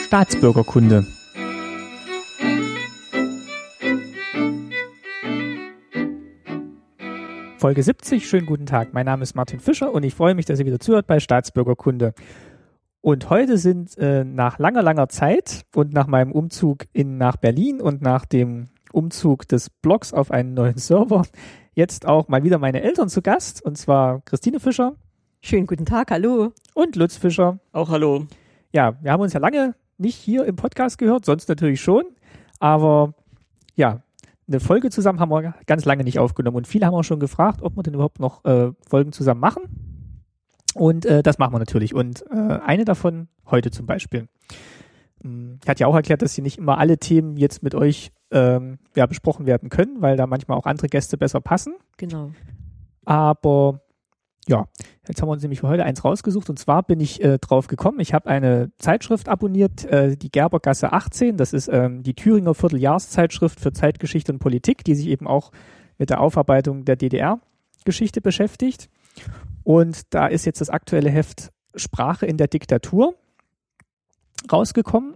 Staatsbürgerkunde. Folge 70, schönen guten Tag. Mein Name ist Martin Fischer und ich freue mich, dass ihr wieder zuhört bei Staatsbürgerkunde. Und heute sind nach langer Zeit und nach meinem Umzug nach Berlin und nach dem Umzug des Blogs auf einen neuen Server jetzt auch mal wieder meine Eltern zu Gast, und zwar Christine Fischer. Schönen guten Tag, hallo. Und Lutz Fischer. Auch hallo. Ja, wir haben uns ja lange nicht hier im Podcast gehört, sonst natürlich schon, aber ja, eine Folge zusammen haben wir ganz lange nicht aufgenommen und viele haben auch schon gefragt, ob wir denn überhaupt noch Folgen zusammen machen, und das machen wir natürlich, und eine davon heute zum Beispiel. Ich hatte ja auch erklärt, dass hier nicht immer alle Themen jetzt mit euch besprochen werden können, weil da manchmal auch andere Gäste besser passen. Genau. Aber ja, jetzt haben wir uns nämlich für heute eins rausgesucht, und zwar bin ich drauf gekommen. Ich habe eine Zeitschrift abonniert, die Gerbergasse 18. Das ist die Thüringer Vierteljahrszeitschrift für Zeitgeschichte und Politik, die sich eben auch mit der Aufarbeitung der DDR-Geschichte beschäftigt. Und da ist jetzt das aktuelle Heft Sprache in der Diktatur rausgekommen.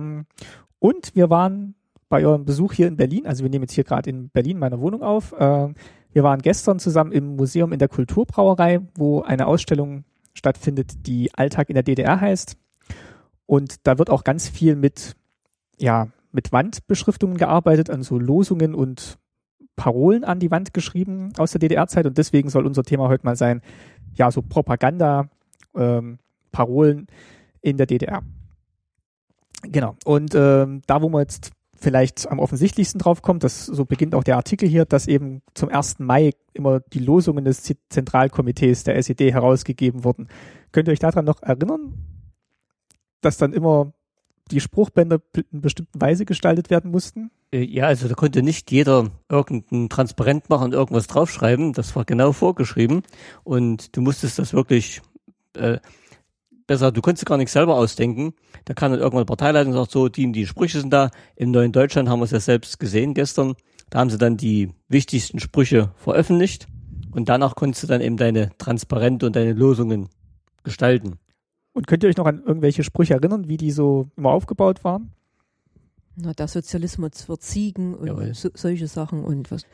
Und wir waren bei eurem Besuch hier in Berlin, also wir nehmen jetzt hier gerade in Berlin meiner Wohnung auf, wir waren gestern zusammen im Museum in der Kulturbrauerei, wo eine Ausstellung stattfindet, die Alltag in der DDR heißt. Und da wird auch ganz viel mit Wandbeschriftungen gearbeitet, an so Losungen und Parolen an die Wand geschrieben aus der DDR-Zeit. Und deswegen soll unser Thema heute mal sein, ja, so Propaganda, Parolen in der DDR. Genau. Und da, wo wir jetzt vielleicht am offensichtlichsten drauf kommt, so beginnt auch der Artikel hier, dass eben zum 1. Mai immer die Losungen des Zentralkomitees der SED herausgegeben wurden. Könnt ihr euch daran noch erinnern, dass dann immer die Spruchbänder in einer bestimmten Weise gestaltet werden mussten? Ja, also da konnte nicht jeder irgendein Transparent machen und irgendwas draufschreiben. Das war genau vorgeschrieben. Und du musstest das wirklich besser, du konntest gar nicht selber ausdenken. Da kam dann irgendwann die Parteileitung und sagt, so, die Sprüche sind da. Im Neuen Deutschland haben wir es ja selbst gesehen gestern. Da haben sie dann die wichtigsten Sprüche veröffentlicht. Und danach konntest du dann eben deine Transparente und deine Losungen gestalten. Und könnt ihr euch noch an irgendwelche Sprüche erinnern, wie die so immer aufgebaut waren? Na, der Sozialismus wird siegen und solche Sachen und was.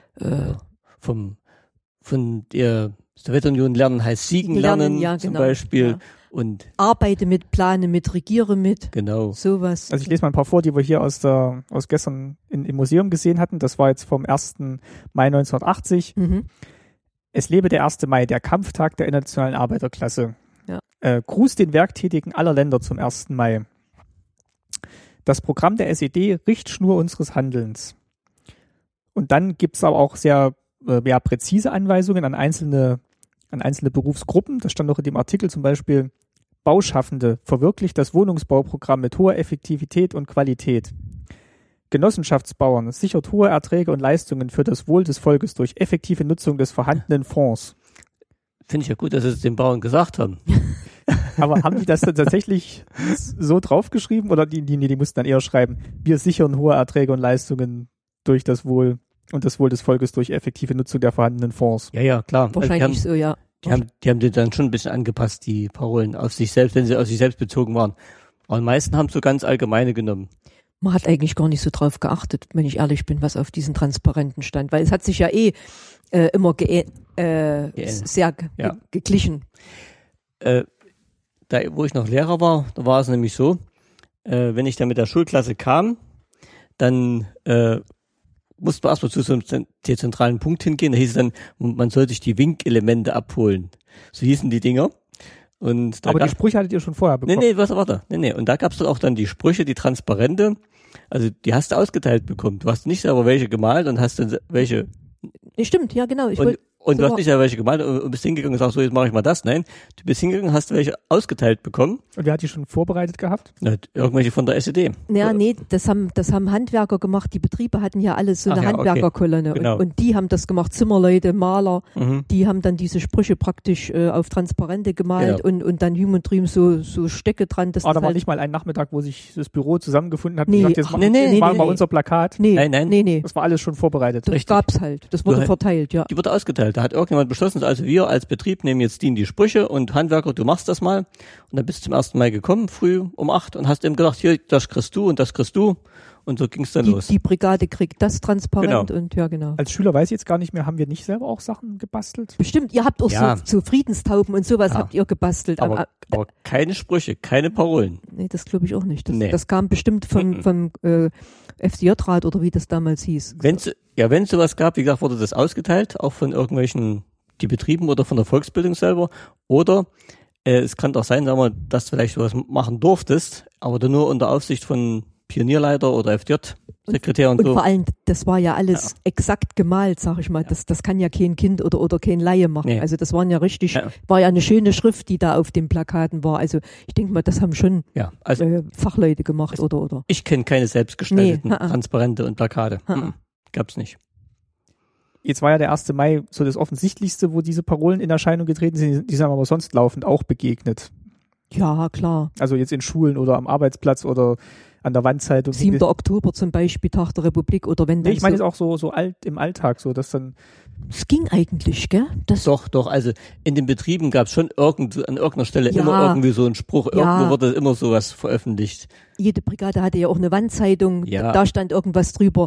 Von der Sowjetunion lernen heißt siegen lernen ja, zum Beispiel. Ja. Und arbeite mit, plane mit, regiere mit. Genau. Sowas. Also ich lese mal ein paar vor, die wir hier aus gestern im Museum gesehen hatten. Das war jetzt vom 1. Mai 1980. Mhm. Es lebe der 1. Mai, der Kampftag der internationalen Arbeiterklasse. Ja. Gruß den Werktätigen aller Länder zum 1. Mai. Das Programm der SED, Richtschnur unseres Handelns. Und dann gibt es aber auch sehr präzise Anweisungen an einzelne Berufsgruppen. Das stand auch in dem Artikel zum Beispiel: Bauschaffende, verwirklicht das Wohnungsbauprogramm mit hoher Effektivität und Qualität. Genossenschaftsbauern, sichert hohe Erträge und Leistungen für das Wohl des Volkes durch effektive Nutzung des vorhandenen Fonds. Finde ich ja gut, dass Sie es den Bauern gesagt haben. Aber haben die das dann tatsächlich so draufgeschrieben, oder die mussten dann eher schreiben, wir sichern hohe Erträge und Leistungen durch das Wohl und das Wohl des Volkes durch effektive Nutzung der vorhandenen Fonds? Ja, klar. Wahrscheinlich also so, ja. Die haben die dann schon ein bisschen angepasst, die Parolen, auf sich selbst, wenn sie auf sich selbst bezogen waren. Aber die meisten haben so ganz allgemeine genommen. Man hat eigentlich gar nicht so drauf geachtet, wenn ich ehrlich bin, was auf diesen Transparenten stand, weil es hat sich ja immer sehr geglichen. Da, wo ich noch Lehrer war, da war es nämlich so, wenn ich dann mit der Schulklasse kam, dann musste man erstmal zu so einem zentralen Punkt hingehen. Da hieß es dann, man soll sich die Winkelemente abholen. So hießen die Dinger. Und da aber die Sprüche hattet ihr schon vorher bekommen? Nee. Und da gab es dann auch dann die Sprüche, die Transparente. Also die hast du ausgeteilt bekommen. Du hast nicht selber welche gemalt und hast dann welche. Stimmt, ja genau. Und du hast nicht selber welche gemalt und bist hingegangen und sagst, so, jetzt mache ich mal das. Nein, du bist hingegangen, hast welche ausgeteilt bekommen. Und wer hat die schon vorbereitet gehabt? Na, irgendwelche von der SED. Ja, nee, das haben Handwerker gemacht. Die Betriebe hatten ja alles so eine Handwerkerkolonne. Okay. Genau. Und die haben das gemacht, Zimmerleute, Maler, die haben dann diese Sprüche praktisch auf Transparente gemalt, genau. und dann hüm und drüben so Stecke dran. Da war halt nicht mal ein Nachmittag, wo sich das Büro zusammengefunden hat und gesagt, jetzt machen wir unser Plakat. Nein. Das war alles schon vorbereitet. Das gab's halt. Das wurde verteilt, ja. Die wurde ausgeteilt. Zufall. Da hat irgendjemand beschlossen, also wir als Betrieb nehmen jetzt die Sprüche und Handwerker, du machst das mal. Und dann bist du zum 1. Mai gekommen, früh um 8 und hast eben gedacht, hier, das kriegst du und das kriegst du. Und so ging es dann los. Die Brigade kriegt das transparent genau. Und ja, genau. Als Schüler weiß ich jetzt gar nicht mehr, haben wir nicht selber auch Sachen gebastelt? Bestimmt, ihr habt auch so Friedenstauben und sowas habt ihr gebastelt. Aber keine Sprüche, keine Parolen. Nee, das glaube ich auch nicht. Das kam bestimmt vom FDJ-Rat oder wie das damals hieß. Wenn es sowas gab, wie gesagt, wurde das ausgeteilt, auch von irgendwelchen, die Betrieben oder von der Volksbildung selber. Oder es kann doch sein, sagen wir, dass du vielleicht sowas machen durftest, aber dann nur unter Aufsicht von Pionierleiter oder FDJ-Sekretär und so. Und vor allem, das war ja alles exakt gemalt, sag ich mal. Das kann ja kein Kind oder kein Laie machen. Nee. Also das waren ja richtig, war ja eine schöne Schrift, die da auf den Plakaten war. Also ich denke mal, das haben schon Fachleute gemacht oder. Ich kenne keine selbstgestalteten Transparente und Plakate. Gab's nicht. Jetzt war ja der 1. Mai so das Offensichtlichste, wo diese Parolen in Erscheinung getreten sind. Die sind aber sonst laufend auch begegnet. Ja, klar. Also jetzt in Schulen oder am Arbeitsplatz oder an der Wandzeitung. 7. Oktober zum Beispiel, Tag der Republik oder wenn ich meine jetzt auch so alt im Alltag, so dass dann. Es ging eigentlich, gell? Doch. Also in den Betrieben gab es schon an irgendeiner Stelle immer irgendwie so einen Spruch. Irgendwo wurde immer sowas veröffentlicht. Jede Brigade hatte ja auch eine Wandzeitung. Ja. Da stand irgendwas drüber.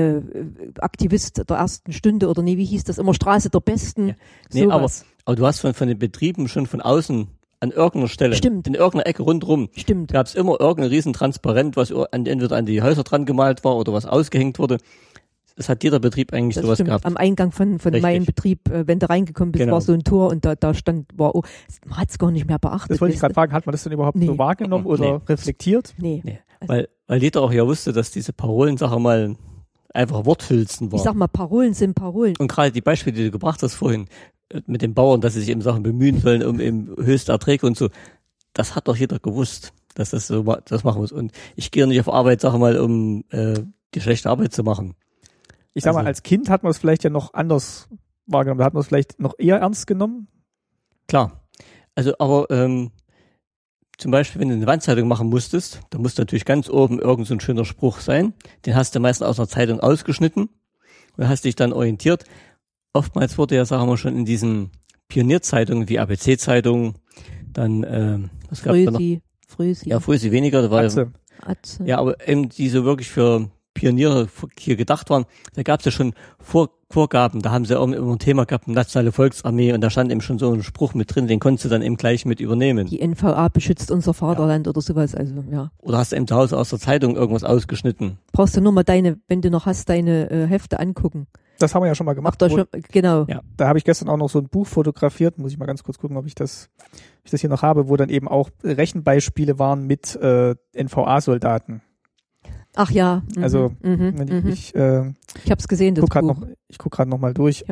Aktivist der ersten Stunde oder wie hieß das immer? Straße der Besten. Ja. Nee, aber du hast von den Betrieben schon von außen an irgendeiner Stelle, in irgendeiner Ecke rundrum, gab es immer irgendein Riesentransparent, was entweder an die Häuser dran gemalt war oder was ausgehängt wurde. Das hat jeder Betrieb eigentlich sowas gehabt. Am Eingang von meinem Betrieb, wenn du reingekommen bist, war so ein Tor und da stand, man hat es gar nicht mehr beachtet. Das wollte ich gerade fragen, hat man das denn überhaupt so wahrgenommen oder reflektiert? Nee. Weil jeder auch ja wusste, dass diese Parolensache mal einfach Worthülsen war. Ich sag mal, Parolen sind Parolen. Und gerade die Beispiele, die du gebracht hast vorhin, mit den Bauern, dass sie sich eben Sachen bemühen sollen, um eben höchste Erträge und so. Das hat doch jeder gewusst, dass das machen muss. Und ich gehe nicht auf Arbeit, sag mal, um die schlechte Arbeit zu machen. Ich sag mal, als Kind hat man es vielleicht ja noch anders wahrgenommen. Da hat man es vielleicht noch eher ernst genommen. Klar. Also, aber zum Beispiel, wenn du eine Wandzeitung machen musstest, da musste natürlich ganz oben irgend so ein schöner Spruch sein. Den hast du meistens aus einer Zeitung ausgeschnitten und hast dich dann orientiert. Oftmals wurde ja, sagen wir schon, in diesen Pionierzeitungen wie ABC-Zeitungen, dann, was gab's da noch? Frösi. Ja, Frösi weniger. Da war Atze. Ja, aber eben die so wirklich für Pioniere hier gedacht waren, da gab es ja schon Vorgaben, da haben sie auch immer ein Thema gehabt, Nationale Volksarmee, und da stand eben schon so ein Spruch mit drin, den konntest du dann eben gleich mit übernehmen. Die NVA beschützt unser Vaterland oder sowas, also ja. Oder hast du eben zu Hause aus der Zeitung irgendwas ausgeschnitten. Brauchst du nur mal wenn du noch hast, deine Hefte angucken. Das haben wir ja schon mal gemacht. Genau. Ja, da habe ich gestern auch noch so ein Buch fotografiert, muss ich mal ganz kurz gucken, ob ich das hier noch habe, wo dann eben auch Rechenbeispiele waren mit NVA-Soldaten. Ach ja. Also ich habe es gesehen, das Buch. Ich gucke gerade noch mal durch.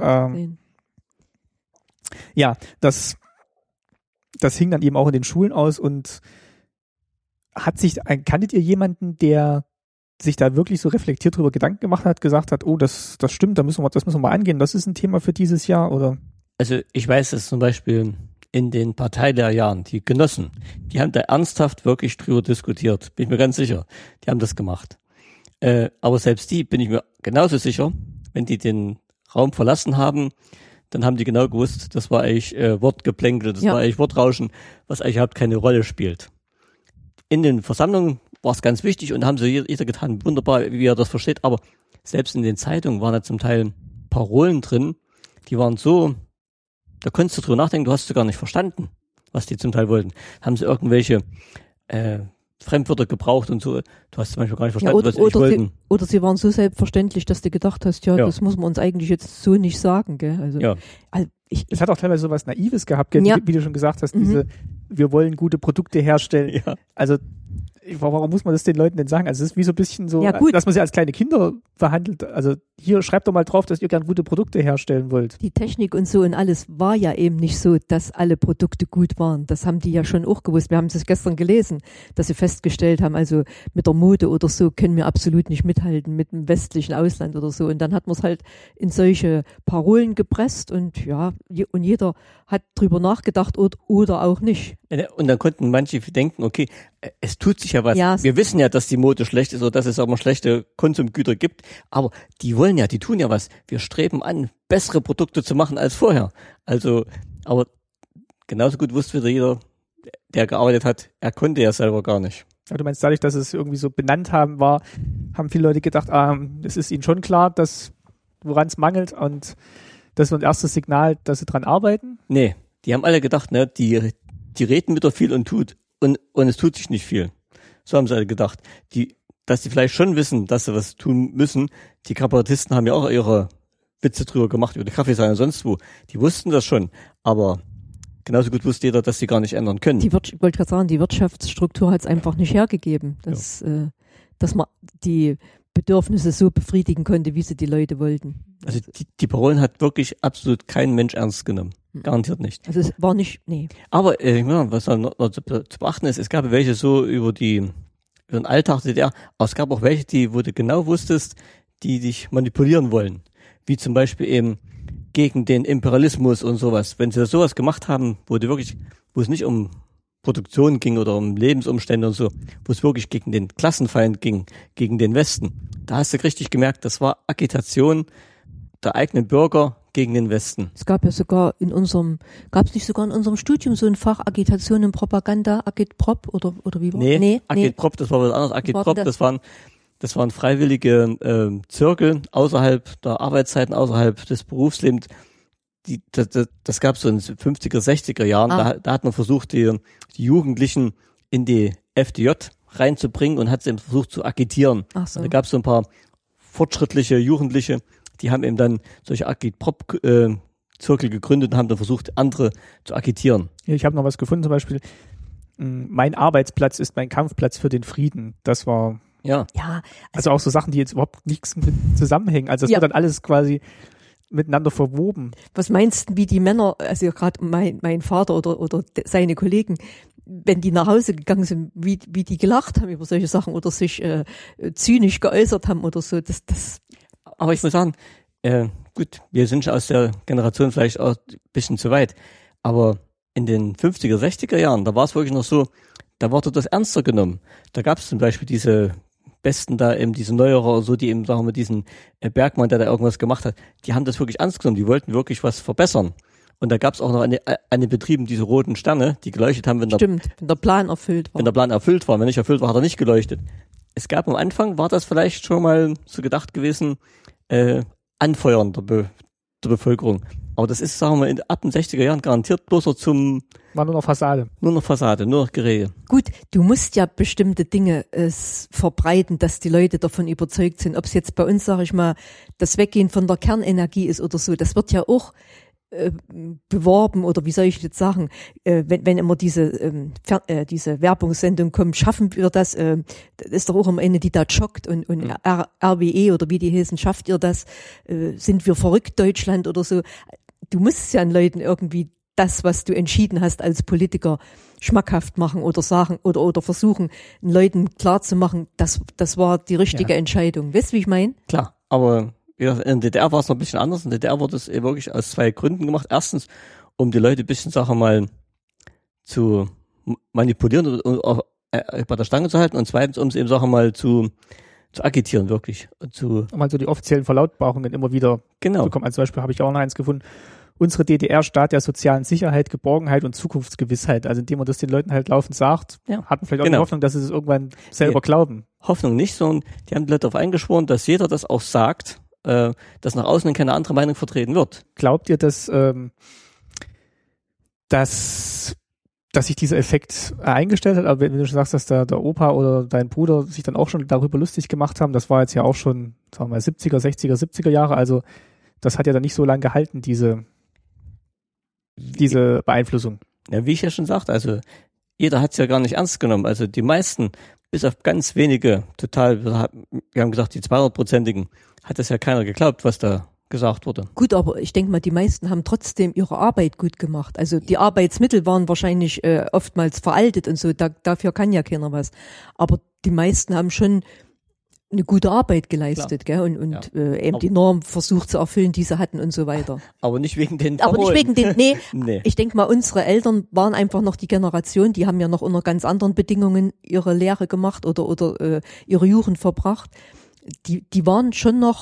Ja, das hing dann eben auch in den Schulen aus und kanntet ihr jemanden, der sich da wirklich so reflektiert drüber Gedanken gemacht hat, gesagt hat, oh, das stimmt, das müssen wir mal angehen, das ist ein Thema für dieses Jahr, oder? Also ich weiß, dass zum Beispiel in den Parteilehrjahren, die Genossen, die haben da ernsthaft wirklich drüber diskutiert, bin ich mir ganz sicher. Die haben das gemacht. Aber selbst die, bin ich mir genauso sicher, wenn die den Raum verlassen haben, dann haben die genau gewusst, das war eigentlich Wortgeplänkel, das war eigentlich Wortrauschen, was eigentlich überhaupt keine Rolle spielt. In den Versammlungen war es ganz wichtig und haben so jeder getan, wunderbar, wie er das versteht, aber selbst in den Zeitungen waren da zum Teil Parolen drin, die waren so, da konntest du drüber nachdenken, du hast sie gar nicht verstanden, was die zum Teil wollten. Haben sie irgendwelche Fremdwörter gebraucht und so, du hast zum Beispiel gar nicht verstanden, was sie wollten. Oder sie waren so selbstverständlich, dass du gedacht hast, das muss man uns eigentlich jetzt so nicht sagen, gell? Also, es hat auch teilweise so was Naives gehabt, gell? Wie du schon gesagt hast, wir wollen gute Produkte herstellen. Ja. Also warum muss man das den Leuten denn sagen? Also es ist wie so ein bisschen so, dass man sie als kleine Kinder behandelt. Also hier schreibt doch mal drauf, dass ihr gern gute Produkte herstellen wollt. Die Technik und so und alles war ja eben nicht so, dass alle Produkte gut waren. Das haben die ja schon auch gewusst. Wir haben es gestern gelesen, dass sie festgestellt haben, also mit der Mode oder so können wir absolut nicht mithalten mit dem westlichen Ausland oder so. Und dann hat man es halt in solche Parolen gepresst und und jeder hat drüber nachgedacht oder auch nicht. Und dann konnten manche denken, okay, es tut sich ja was. Ja. Wir wissen ja, dass die Mode schlecht ist oder dass es auch mal schlechte Konsumgüter gibt, aber die wollen die tun ja was. Wir streben an, bessere Produkte zu machen als vorher. Also, aber genauso gut wusste wieder jeder, der gearbeitet hat, er konnte ja selber gar nicht. Ja, du meinst, dadurch, dass es irgendwie so benannt haben viele Leute gedacht, es ist ihnen schon klar, woran es mangelt und das wird ein erstes Signal, dass sie dran arbeiten? Nee, die haben alle gedacht, ne, die reden wieder viel und es tut sich nicht viel. So haben sie alle gedacht. Dass die vielleicht schon wissen, dass sie was tun müssen. Die Kabarettisten haben ja auch ihre Witze drüber gemacht, über die Kaffeesache und sonst wo. Die wussten das schon, aber genauso gut wusste jeder, dass sie gar nicht ändern können. Ich wollte gerade sagen, die Wirtschaftsstruktur hat es einfach nicht hergegeben, dass man die Bedürfnisse so befriedigen konnte, wie sie die Leute wollten. Also die Parolen hat wirklich absolut kein Mensch ernst genommen. Garantiert nicht. Also es war nicht, nee. Aber was noch zu beachten ist, es gab welche so über den Alltag der DDR, aber es gab auch welche, wo du genau wusstest, die dich manipulieren wollen. Wie zum Beispiel eben gegen den Imperialismus und sowas. Wenn sie sowas gemacht haben, wo es nicht um Produktion ging oder um Lebensumstände und so, wo es wirklich gegen den Klassenfeind ging, gegen den Westen, da hast du richtig gemerkt, das war Agitation der eigenen Bürger gegen den Westen. Es gab ja sogar in unserem Studium so ein Fach Agitation und Propaganda, Agitprop oder wie war das? Nee, Agitprop, das war was anderes. Agitprop, das waren freiwillige Zirkel außerhalb der Arbeitszeiten, außerhalb des Berufslebens. Das gab es so in den 50er, 60er Jahren. Da hat man versucht, die Jugendlichen in die FDJ reinzubringen und hat sie eben versucht zu agitieren. Ach so. Da gab es so ein paar fortschrittliche Jugendliche, die haben eben dann solche Agitprop-Zirkel gegründet und haben dann versucht, andere zu agitieren. Ich habe noch was gefunden, zum Beispiel, mein Arbeitsplatz ist mein Kampfplatz für den Frieden. Das war also auch so Sachen, die jetzt überhaupt nichts mit zusammenhängen. Also das wird dann alles quasi miteinander verwoben. Was meinst du, wie die Männer, also gerade mein Vater oder seine Kollegen, wenn die nach Hause gegangen sind, wie die gelacht haben über solche Sachen oder sich zynisch geäußert haben oder so, das. Aber ich muss sagen, gut, wir sind schon aus der Generation vielleicht auch ein bisschen zu weit, aber in den 50er, 60er Jahren, da war es wirklich noch so, da wurde das ernster genommen. Da gab es zum Beispiel diese Besten da eben, diese Neuerer oder so, die eben, sagen wir, diesen Bergmann, der da irgendwas gemacht hat, die haben das wirklich ernst genommen, die wollten wirklich was verbessern. Und da gab es auch noch an den Betrieben diese roten Sterne, die geleuchtet haben, wenn der Plan erfüllt war. Wenn der Plan erfüllt war. Wenn nicht erfüllt war, hat er nicht geleuchtet. Es gab am Anfang, war das vielleicht schon mal so gedacht gewesen, Anfeuern der Bevölkerung. Aber das ist, sagen wir, ab den 60er Jahren garantiert bloß war nur noch Fassade. Nur noch Gerede. Gut, du musst ja bestimmte Dinge verbreiten, dass die Leute davon überzeugt sind. Ob es jetzt bei uns, sage ich mal, das Weggehen von der Kernenergie ist oder so, das wird ja auch beworben, oder wie soll ich jetzt sagen, wenn immer diese Werbungssendung kommt, schaffen wir das, ist doch auch am Ende, die da joggt und RWE oder wie die heißen, schafft ihr das, sind wir verrückt Deutschland oder so. Du musst ja an Leuten irgendwie das, was du entschieden hast als Politiker, schmackhaft machen oder sagen oder versuchen, den Leuten klarzumachen, das war die richtige Entscheidung. Weißt du, wie ich meine? Klar, aber in der DDR war es noch ein bisschen anders. In der DDR wurde es wirklich aus zwei Gründen gemacht. Erstens, um die Leute ein bisschen, sagen wir mal, zu manipulieren und auch bei der Stange zu halten. Und zweitens, um es eben, sagen wir mal, zu agitieren, wirklich. Um also die offiziellen Verlautbarungen immer wieder zu kommen. Als Beispiel habe ich auch noch eins gefunden. Unsere DDR Staat der sozialen Sicherheit, Geborgenheit und Zukunftsgewissheit. Also indem man das den Leuten halt laufend sagt, hatten vielleicht auch die Hoffnung, dass sie es irgendwann selber glauben. Hoffnung nicht, sondern die haben die Leute darauf eingeschworen, dass jeder das auch sagt, dass nach außen keine andere Meinung vertreten wird. Glaubt ihr, dass sich dieser Effekt eingestellt hat? Aber wenn du schon sagst, dass der Opa oder dein Bruder sich dann auch schon darüber lustig gemacht haben, das war jetzt ja auch schon, sagen wir mal, 70er Jahre, also das hat ja dann nicht so lange gehalten, diese Beeinflussung. Ja, wie ich ja schon sagte, also jeder hat es ja gar nicht ernst genommen. Also die meisten, bis auf ganz wenige, wir haben gesagt, die 200-prozentigen, hat das ja keiner geglaubt, was da gesagt wurde. Gut, aber ich denke mal, die meisten haben trotzdem ihre Arbeit gut gemacht. Also die Arbeitsmittel waren wahrscheinlich oftmals veraltet und so, dafür kann ja keiner was. Aber die meisten haben schon eine gute Arbeit geleistet, gell? Und eben die Norm versucht zu erfüllen, die sie hatten und so weiter. Aber nicht wegen den Parolen. Nee. Ich denke mal, unsere Eltern waren einfach noch die Generation, die haben ja noch unter ganz anderen Bedingungen ihre Lehre gemacht oder ihre Jugend verbracht. Die waren schon noch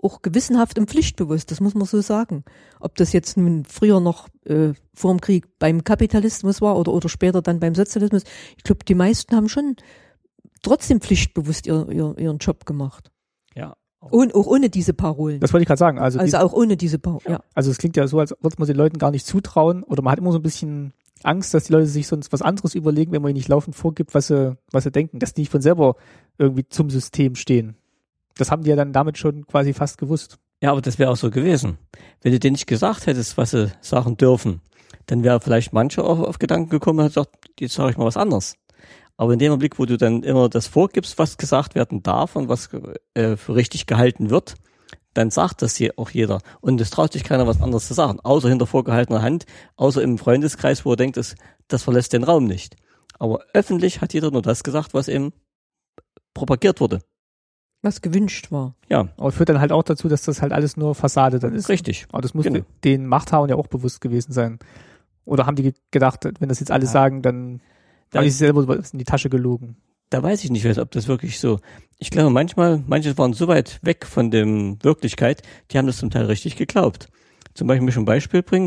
auch gewissenhaft und pflichtbewusst, das muss man so sagen. Ob das jetzt nun früher noch vor dem Krieg beim Kapitalismus war oder später dann beim Sozialismus, ich glaube, die meisten haben schon trotzdem pflichtbewusst ihren Job gemacht. Ja. Und auch ohne diese Parolen. Das wollte ich gerade sagen. Also auch ohne diese Parolen, ja. Also es klingt ja so, als würde man den Leuten gar nicht zutrauen oder man hat immer so ein bisschen Angst, dass die Leute sich sonst was anderes überlegen, wenn man ihnen nicht laufend vorgibt, was sie denken, dass die nicht von selber irgendwie zum System stehen. Das haben die ja dann damit schon quasi fast gewusst. Ja, aber das wäre auch so gewesen. Wenn du denen nicht gesagt hättest, was sie sagen dürfen, dann wäre vielleicht mancher auch auf Gedanken gekommen und hat gesagt, jetzt sage ich mal was anderes. Aber in dem Blick, wo du dann immer das vorgibst, was gesagt werden darf und was für richtig gehalten wird, dann sagt das hier auch jeder. Und es traut sich keiner, was anderes zu sagen, außer hinter vorgehaltener Hand, außer im Freundeskreis, wo er denkt, das verlässt den Raum nicht. Aber öffentlich hat jeder nur das gesagt, was eben propagiert wurde. Was gewünscht war. Ja. Aber führt dann halt auch dazu, dass das halt alles nur Fassade dann ist. Richtig. Aber das muss den Machthabern ja auch bewusst gewesen sein. Oder haben die gedacht, wenn das jetzt alle sagen, dann haben die sich selber in die Tasche gelogen. Da weiß ich nicht, ob das wirklich so. Ich glaube, manche waren so weit weg von der Wirklichkeit, die haben das zum Teil richtig geglaubt. Zum Beispiel, mich ein Beispiel bringen.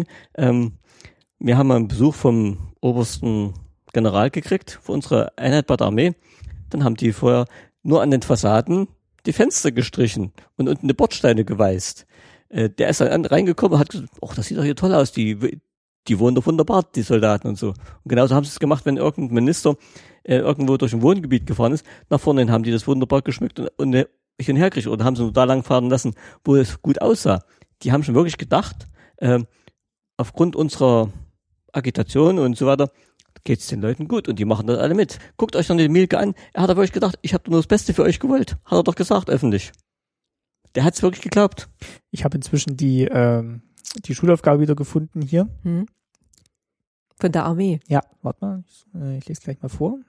Wir haben einen Besuch vom obersten General gekriegt für unsere Einheit bei der Armee. Dann haben die vorher nur an den Fassaden die Fenster gestrichen und unten die Bordsteine geweißt. Der ist dann reingekommen und hat gesagt, ach, das sieht doch hier toll aus, die wohnen doch wunderbar, die Soldaten und so. Und genauso haben sie es gemacht, wenn irgendein Minister irgendwo durch ein Wohngebiet gefahren ist, nach vorne hin haben die das wunderbar geschmückt und hin und her gekriegt oder haben sie nur da lang fahren lassen, wo es gut aussah. Die haben schon wirklich gedacht, aufgrund unserer Agitation und so weiter, geht es den Leuten gut und die machen das alle mit. Guckt euch dann den Mielke an, er hat aber wirklich gedacht, ich habe nur das Beste für euch gewollt. Hat er doch gesagt, öffentlich. Der hat es wirklich geglaubt. Ich habe inzwischen die Schulaufgabe wieder gefunden hier. Von der Armee? Ja, warte mal, ich lese gleich mal vor.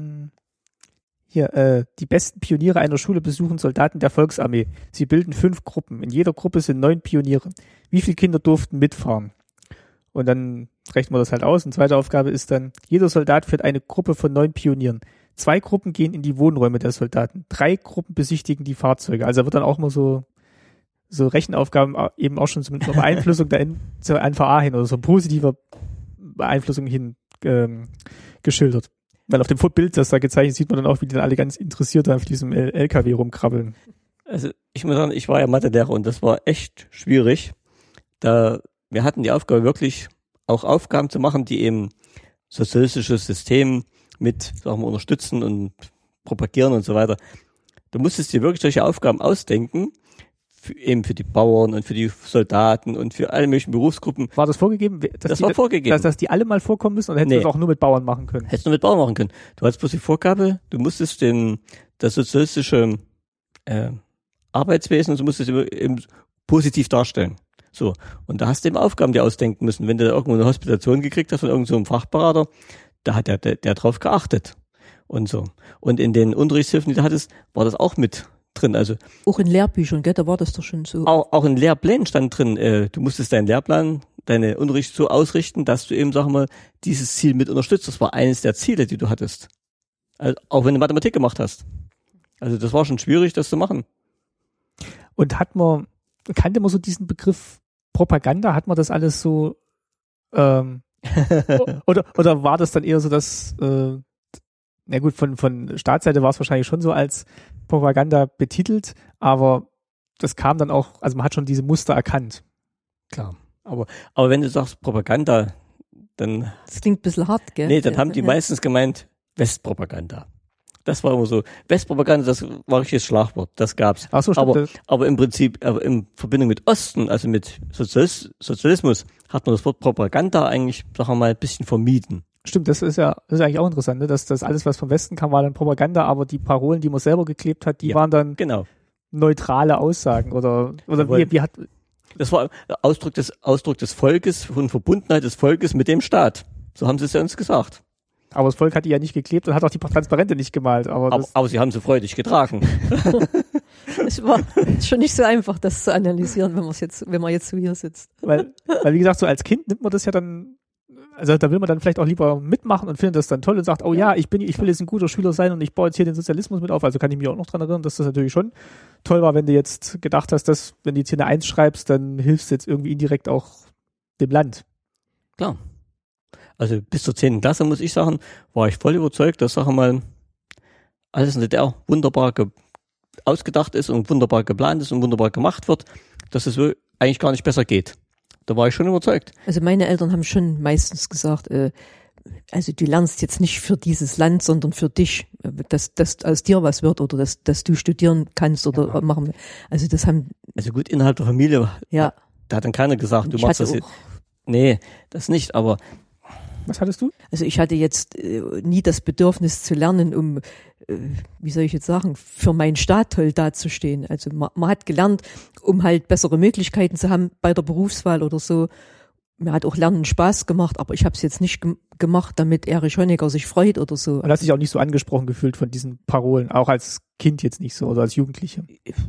Hier, die besten Pioniere einer Schule besuchen Soldaten der Volksarmee. Sie bilden 5 Gruppen. In jeder Gruppe sind 9 Pioniere. Wie viele Kinder durften mitfahren? Und dann rechnen wir das halt aus. Und zweite Aufgabe ist dann, jeder Soldat führt eine Gruppe von 9 Pionieren. 2 Gruppen gehen in die Wohnräume der Soldaten. 3 Gruppen besichtigen die Fahrzeuge. Also wird dann auch mal so Rechenaufgaben eben auch schon zur Beeinflussung zur NVA hin oder so positive Beeinflussung hin geschildert. Weil auf dem Bild, das da gezeichnet, sieht man dann auch, wie die dann alle ganz interessiert auf diesem LKW rumkrabbeln. Also ich muss sagen, ich war ja Mathelehrer und das war echt schwierig. Wir hatten die Aufgabe wirklich auch Aufgaben zu machen, die eben sozialistisches System mit, sagen wir, unterstützen und propagieren und so weiter. Du musstest dir wirklich solche Aufgaben ausdenken, eben für die Bauern und für die Soldaten und für alle möglichen Berufsgruppen. War das vorgegeben? Das war vorgegeben. Dass die alle mal vorkommen müssen oder hättest du das auch nur mit Bauern machen können? Hättest du nur mit Bauern machen können. Du hattest bloß die Vorgabe, du musstest das sozialistische Arbeitswesen und so musstest du eben positiv darstellen. So. Und da hast du eben Aufgaben dir ausdenken müssen. Wenn du da irgendwo eine Hospitation gekriegt hast von irgendeinem Fachberater, da hat der drauf geachtet. Und so. Und in den Unterrichtshilfen, die du hattest, war das auch mit drin. Also auch in Lehrbüchern, gell, da war das doch schon so. Auch in Lehrplänen stand drin, du musstest deinen Lehrplan, deine Unterricht so ausrichten, dass du eben, sag mal, dieses Ziel mit unterstützt. Das war eines der Ziele, die du hattest. Also, auch wenn du Mathematik gemacht hast. Also das war schon schwierig, das zu machen. Und kannte man so diesen Begriff Propaganda? Hat man das alles so oder war das dann eher so, dass na gut, von Staatsseite war es wahrscheinlich schon so als Propaganda betitelt, aber das kam dann auch, also man hat schon diese Muster erkannt. Klar. Aber wenn du sagst Propaganda, dann... Das klingt ein bisschen hart, gell? Nee, dann haben die meistens gemeint Westpropaganda. Das war immer so. Westpropaganda, das war richtig das Schlagwort, das gab's. Ach so, stimmt. Aber im Prinzip, in Verbindung mit Osten, also mit Sozialismus, hat man das Wort Propaganda eigentlich, sagen wir mal, ein bisschen vermieden. Stimmt, das ist eigentlich auch interessant, ne? Dass das alles, was vom Westen kam, war dann Propaganda, aber die Parolen, die man selber geklebt hat, die waren dann neutrale Aussagen oder wie hat... Das war Ausdruck des Volkes, von Verbundenheit des Volkes mit dem Staat. So haben sie es ja uns gesagt. Aber das Volk hat die ja nicht geklebt und hat auch die Transparente nicht gemalt. Aber sie haben sie freudig getragen. Es war schon nicht so einfach, das zu analysieren, wenn man jetzt so hier sitzt. Weil wie gesagt, so als Kind nimmt man das ja dann Also da will man dann vielleicht auch lieber mitmachen und findet das dann toll und sagt, oh ja, ich will jetzt ein guter Schüler sein und ich baue jetzt hier den Sozialismus mit auf. Also kann ich mich auch noch dran erinnern, dass das natürlich schon toll war, wenn du jetzt gedacht hast, dass wenn du jetzt hier eine 1 schreibst, dann hilfst du jetzt irgendwie indirekt auch dem Land. Klar. Also bis zur 10. Klasse, muss ich sagen, war ich voll überzeugt, dass, sag mal, alles in der DDR wunderbar ausgedacht ist und wunderbar geplant ist und wunderbar gemacht wird, dass es eigentlich gar nicht besser geht. Da war ich schon überzeugt. Also meine Eltern haben schon meistens gesagt, also du lernst jetzt nicht für dieses Land, sondern für dich, dass aus dir was wird oder dass du studieren kannst oder machen. Also das haben. Also gut, innerhalb der Familie, ja. Da hat dann keiner gesagt, du machst das jetzt. Nee, das nicht, aber. Was hattest du? Also ich hatte jetzt nie das Bedürfnis zu lernen, um, wie soll ich jetzt sagen, für meinen Staat toll dazustehen. Also man hat gelernt, um halt bessere Möglichkeiten zu haben bei der Berufswahl oder so. Mir hat auch Lernen Spaß gemacht, aber ich habe es jetzt nicht gemacht, damit Erich Honecker sich freut oder so. Und hast dich auch nicht so angesprochen gefühlt von diesen Parolen, auch als Kind jetzt nicht so oder als Jugendliche?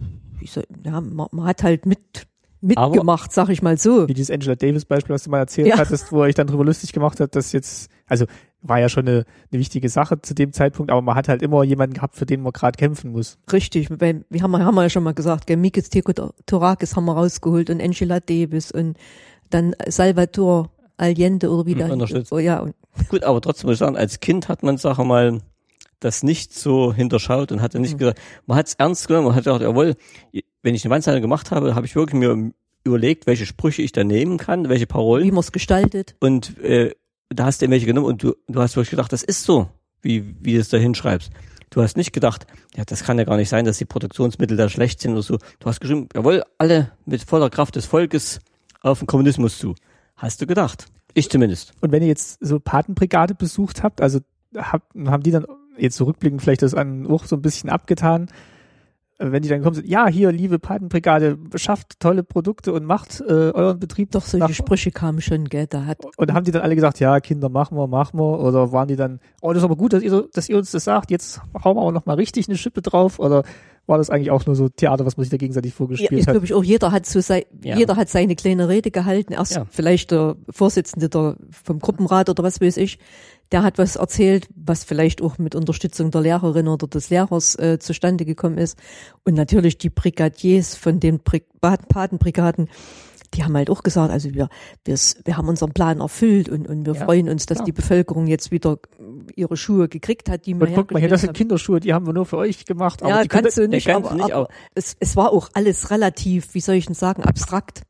Man hat halt mitgemacht, sag ich mal so. Wie dieses Angela Davis-Beispiel, was du mal erzählt hattest, wo ich dann drüber lustig gemacht habe, dass jetzt, also war ja schon eine wichtige Sache zu dem Zeitpunkt, aber man hat halt immer jemanden gehabt, für den man gerade kämpfen muss. Richtig, wir haben ja schon mal gesagt, Mikis Theodorakis haben wir rausgeholt und Angela Davis und dann Salvador Allende oder wieder. Oh, ja. Gut, aber trotzdem muss ich sagen, als Kind hat man, sag mal, das nicht so hinterschaut und hatte nicht gesagt, man hat es ernst genommen, man hat gesagt, jawohl, wenn ich eine Wandzeile gemacht habe, habe ich wirklich mir überlegt, welche Sprüche ich da nehmen kann, welche Parolen. Wie man es gestaltet. Und da hast du welche genommen und du hast wirklich gedacht, das ist so, wie du es da hinschreibst. Du hast nicht gedacht, ja, das kann ja gar nicht sein, dass die Produktionsmittel da schlecht sind oder so. Du hast geschrieben, jawohl, alle mit voller Kraft des Volkes auf den Kommunismus zu. Hast du gedacht. Ich zumindest. Und wenn ihr jetzt so Patenbrigade besucht habt, also haben die dann jetzt zurückblickend vielleicht das auch so ein bisschen abgetan, wenn die dann kommen, ja, hier, liebe Patenbrigade, schafft tolle Produkte und macht euren Betrieb. Doch, solche Sprüche kamen schon, gell, Und haben die dann alle gesagt, ja, Kinder, machen wir, oder waren die dann, oh, das ist aber gut, dass ihr uns das sagt, jetzt hauen wir aber noch mal richtig eine Schippe drauf, oder war das eigentlich auch nur so Theater, was man sich da gegenseitig vorgespielt hat? Ja, glaube ich auch, jeder hat seine kleine Rede gehalten, erst vielleicht der Vorsitzende vom Gruppenrat oder was weiß ich, der hat was erzählt, was vielleicht auch mit Unterstützung der Lehrerin oder des Lehrers zustande gekommen ist. Und natürlich die Brigadiers von den Patenbrigaden, die haben halt auch gesagt, also wir haben unseren Plan erfüllt und wir freuen uns, dass die Bevölkerung jetzt wieder ihre Schuhe gekriegt hat, die wir guck mal hier, das sind Kinderschuhe, die haben wir nur für euch gemacht. Aber die kannst du nicht, aber es war auch alles relativ, wie soll ich denn sagen, abstrakt.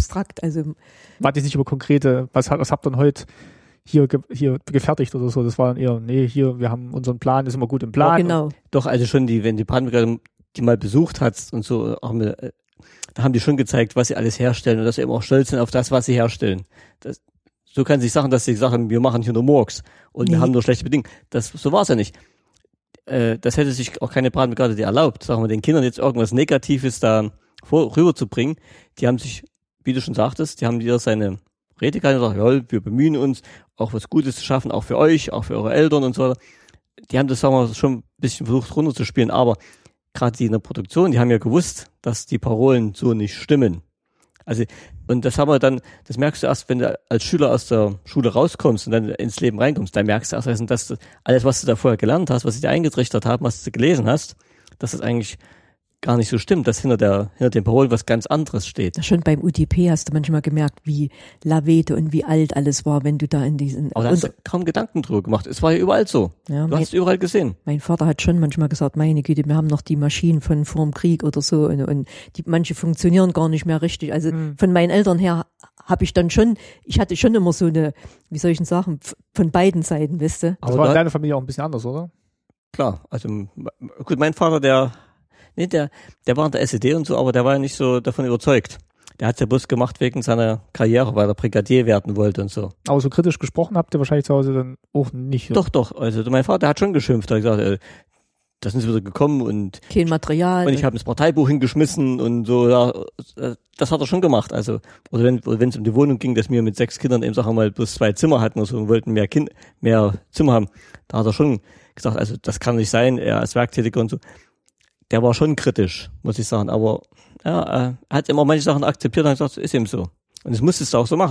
Also warte jetzt nicht über konkrete, was habt ihr denn heute hier gefertigt oder so, das war dann eher, nee, hier, wir haben unseren Plan, ist immer gut im Plan. Ja, genau. Doch, also schon wenn die Patenbrigade die mal besucht hat und so, da haben die schon gezeigt, was sie alles herstellen und dass sie eben auch stolz sind auf das, was sie herstellen. So kann sich sagen, dass sie sagen, wir machen hier nur Murks und wir haben nur schlechte Bedingungen. So war es ja nicht. Das hätte sich auch keine Patenbrigade erlaubt, sagen wir, den Kindern jetzt irgendwas Negatives da rüberzubringen. Die haben sich, wie du schon sagtest, die haben dir seine Rede gehalten und gesagt, jawohl, wir bemühen uns, auch was Gutes zu schaffen, auch für euch, auch für eure Eltern und so weiter. Die haben das, sagen wir, schon ein bisschen versucht runterzuspielen, aber gerade die in der Produktion, die haben ja gewusst, dass die Parolen so nicht stimmen. Also, und das haben wir dann, das merkst du erst, wenn du als Schüler aus der Schule rauskommst und dann ins Leben reinkommst, dann merkst du erst, dass alles, was du da vorher gelernt hast, was sie dir eingetrichtert haben, was du gelesen hast, dass das eigentlich gar nicht so stimmt, dass hinter den Parolen was ganz anderes steht. Schon beim UDP hast du manchmal gemerkt, wie lavete und wie alt alles war, wenn du da in diesen... Aber da hast du kaum Gedanken drüber gemacht. Es war ja überall so. Ja, du hast es überall gesehen. Mein Vater hat schon manchmal gesagt, meine Güte, wir haben noch die Maschinen von vor dem Krieg oder so und manche funktionieren gar nicht mehr richtig. Also von meinen Eltern her ich hatte schon immer so eine, wie soll ich denn sagen, von beiden Seiten, weißt du. Aber war in deiner Familie auch ein bisschen anders, oder? Klar, also gut, mein Vater, der war in der SED und so, aber der war ja nicht so davon überzeugt. Der hat es ja bloß gemacht wegen seiner Karriere, weil er Brigadier werden wollte und so. Aber so kritisch gesprochen habt ihr wahrscheinlich zu Hause dann auch nicht. Oder? Doch. Also mein Vater hat schon geschimpft. Er hat gesagt, da sind sie wieder gekommen und kein Material. Und ich habe das Parteibuch hingeschmissen und so. Ja, das hat er schon gemacht. Also oder wenn es um die Wohnung ging, dass wir mit 6 Kindern eben, sagen wir mal, bloß 2 Zimmer hatten und so und wollten mehr Zimmer haben, da hat er schon gesagt, also das kann nicht sein. Er als Werktätiger und so. Der war schon kritisch, muss ich sagen, aber ja, er hat immer manche Sachen akzeptiert und hat gesagt, ist eben so. Und das musstest du auch so machen.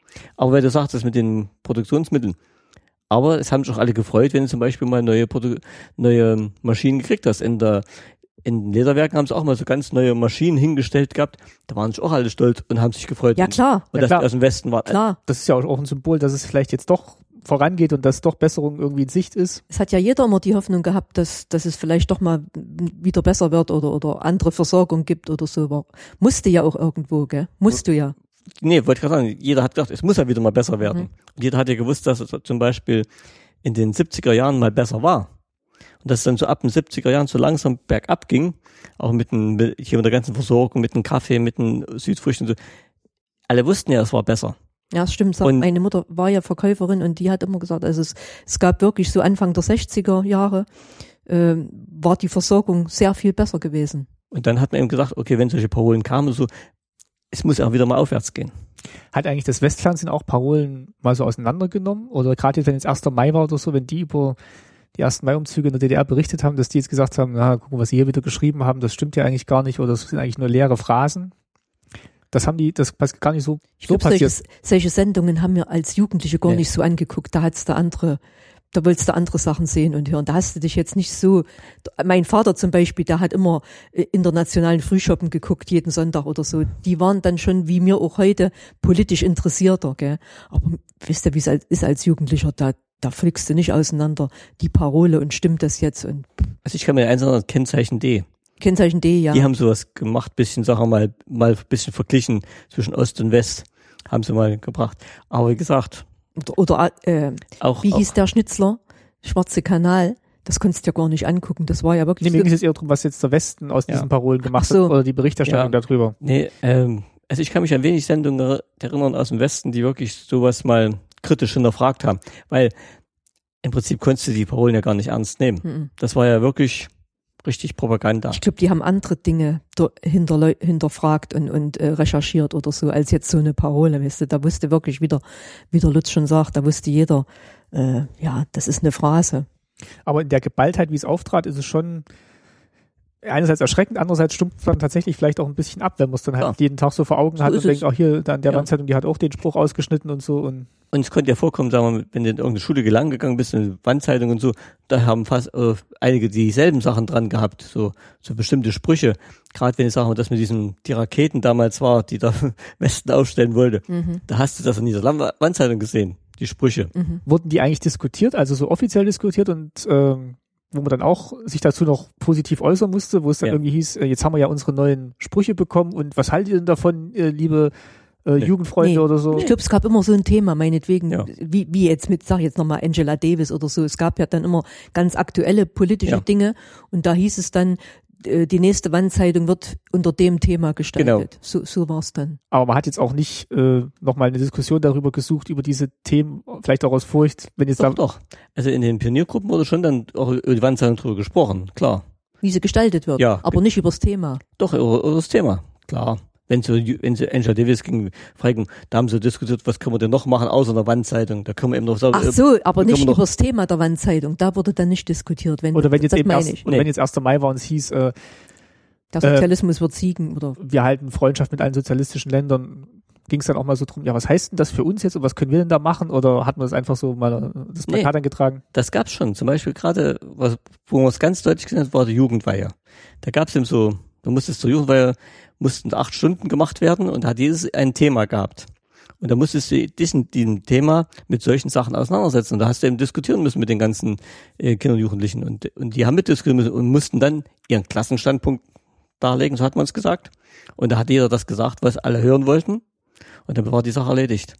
Aber weil du sagst, das mit den Produktionsmitteln, aber es haben sich auch alle gefreut, wenn du zum Beispiel mal neue Maschinen gekriegt hast. In den Lederwerken haben sie auch mal so ganz neue Maschinen hingestellt gehabt. Da waren sich auch alle stolz und haben sich gefreut. Ja, klar. Und dass die aus dem Westen waren. Klar. Das ist ja auch ein Symbol, dass es vielleicht jetzt doch vorangeht und dass doch Besserung irgendwie in Sicht ist. Es hat ja jeder immer die Hoffnung gehabt, dass es vielleicht doch mal wieder besser wird oder andere Versorgung gibt oder so. Musste ja auch irgendwo, gell? Musst du ja. Nee, wollte ich gerade sagen, jeder hat gedacht, es muss ja wieder mal besser werden. Und jeder hat ja gewusst, dass es zum Beispiel in den 70er Jahren mal besser war. Und dass es dann so ab den 70er Jahren so langsam bergab ging, auch hier mit der ganzen Versorgung, mit dem Kaffee, mit den Südfrüchten und so. Alle wussten ja, es war besser. Ja, das stimmt. Meine Mutter war ja Verkäuferin und die hat immer gesagt, also es gab wirklich so Anfang der 60er Jahre, war die Versorgung sehr viel besser gewesen. Und dann hat man eben gesagt, okay, wenn solche Parolen kamen, so, es muss auch wieder mal aufwärts gehen. Hat eigentlich das Westfernsehen auch Parolen mal so auseinandergenommen? Oder gerade jetzt, wenn jetzt 1. Mai war oder so, wenn die über die 1. Mai-Umzüge in der DDR berichtet haben, dass die jetzt gesagt haben, na, gucken, was sie hier wieder geschrieben haben, das stimmt ja eigentlich gar nicht oder das sind eigentlich nur leere Phrasen. Das passt gar nicht so, ich glaube, solche Sendungen haben wir als Jugendliche gar nicht so angeguckt. Da wolltest du andere Sachen sehen und hören. Da hast du dich jetzt nicht so, mein Vater zum Beispiel, der hat immer internationalen Frühschoppen geguckt, jeden Sonntag oder so. Die waren dann schon, wie mir auch heute, politisch interessierter, gell. Aber wisst ihr, wie es ist als Jugendlicher, da fliegst du nicht auseinander, die Parole und stimmt das jetzt und. Also ich kann mir eins sagen, Kennzeichen D, ja. Die haben sowas gemacht, bisschen Sachen mal ein bisschen verglichen zwischen Ost und West, haben sie mal gebracht. Aber wie gesagt. Wie hieß der Schnitzler? Schwarze Kanal. Das konntest du ja gar nicht angucken. Das war ja wirklich. Nee, mir ging es eher darum, was jetzt der Westen aus diesen Parolen gemacht hat oder die Berichterstattung darüber. Nee, also ich kann mich an wenig Sendungen erinnern aus dem Westen, die wirklich sowas mal kritisch hinterfragt haben. Weil im Prinzip konntest du die Parolen ja gar nicht ernst nehmen. Das war ja wirklich richtig Propaganda. Ich glaube, die haben andere Dinge hinterfragt und recherchiert oder so, als jetzt so eine Parole, weißt du. Da wusste wirklich, wie der Lutz schon sagt, da wusste jeder, das ist eine Phrase. Aber in der Geballtheit, wie es auftrat, ist es schon einerseits erschreckend, andererseits stumpft man tatsächlich vielleicht auch ein bisschen ab, wenn man es dann halt jeden Tag so vor Augen hat und denkt, auch hier, dann der Wandzeitung, die hat auch den Spruch ausgeschnitten und so. Und es konnte ja vorkommen, sagen wir mal, wenn du in irgendeine Schule gelang gegangen bist, in Wandzeitung und so, da haben fast einige dieselben Sachen dran gehabt, so bestimmte Sprüche. Gerade wenn ich sage, dass mit die Raketen damals war, die da im Westen aufstellen wollte, da hast du das in dieser Wandzeitung gesehen, die Sprüche. Wurden die eigentlich diskutiert, also so offiziell diskutiert und wo man dann auch sich dazu noch positiv äußern musste, wo es dann irgendwie hieß, jetzt haben wir ja unsere neuen Sprüche bekommen und was haltet ihr denn davon, liebe Jugendfreunde oder so? Ich glaube, es gab immer so ein Thema, meinetwegen, wie jetzt sag ich jetzt nochmal Angela Davis oder so, es gab ja dann immer ganz aktuelle politische Dinge und da hieß es dann, die nächste Wandzeitung wird unter dem Thema gestaltet. Genau. So war es dann. Aber man hat jetzt auch nicht nochmal eine Diskussion darüber gesucht, über diese Themen, vielleicht auch aus Furcht, wenn jetzt Doch. Also in den Pioniergruppen wurde schon dann auch über die Wandzeitung drüber gesprochen, klar. Wie sie gestaltet wird, aber nicht übers Thema. Doch, über das Thema, klar. Wenn sie Angela Davis ging, fragen, da haben sie diskutiert, was können wir denn noch machen, außer der Wandzeitung. Da können wir eben noch sagen. Ach so, aber nicht über das Thema der Wandzeitung. Da wurde dann nicht diskutiert. Wenn jetzt 1. Mai war und es hieß, der Sozialismus wird siegen, oder? Wir halten Freundschaft mit allen sozialistischen Ländern. Ging es dann auch mal so drum, ja, was heißt denn das für uns jetzt und was können wir denn da machen? Oder hat man das einfach so mal das Plakat angetragen? Das gab's schon. Zum Beispiel gerade, wo man es ganz deutlich gesehen hat, war die Jugendweihe. Da gab's eben so, du musstest zur Jugendweihe, mussten 8 Stunden gemacht werden und hat jedes ein Thema gehabt. Und da musstest du diesem Thema mit solchen Sachen auseinandersetzen. Und da hast du eben diskutieren müssen mit den ganzen Kindern und Jugendlichen. Und die haben mitdiskutieren müssen und mussten dann ihren Klassenstandpunkt darlegen, so hat man es gesagt. Und da hat jeder das gesagt, was alle hören wollten. Und dann war die Sache erledigt.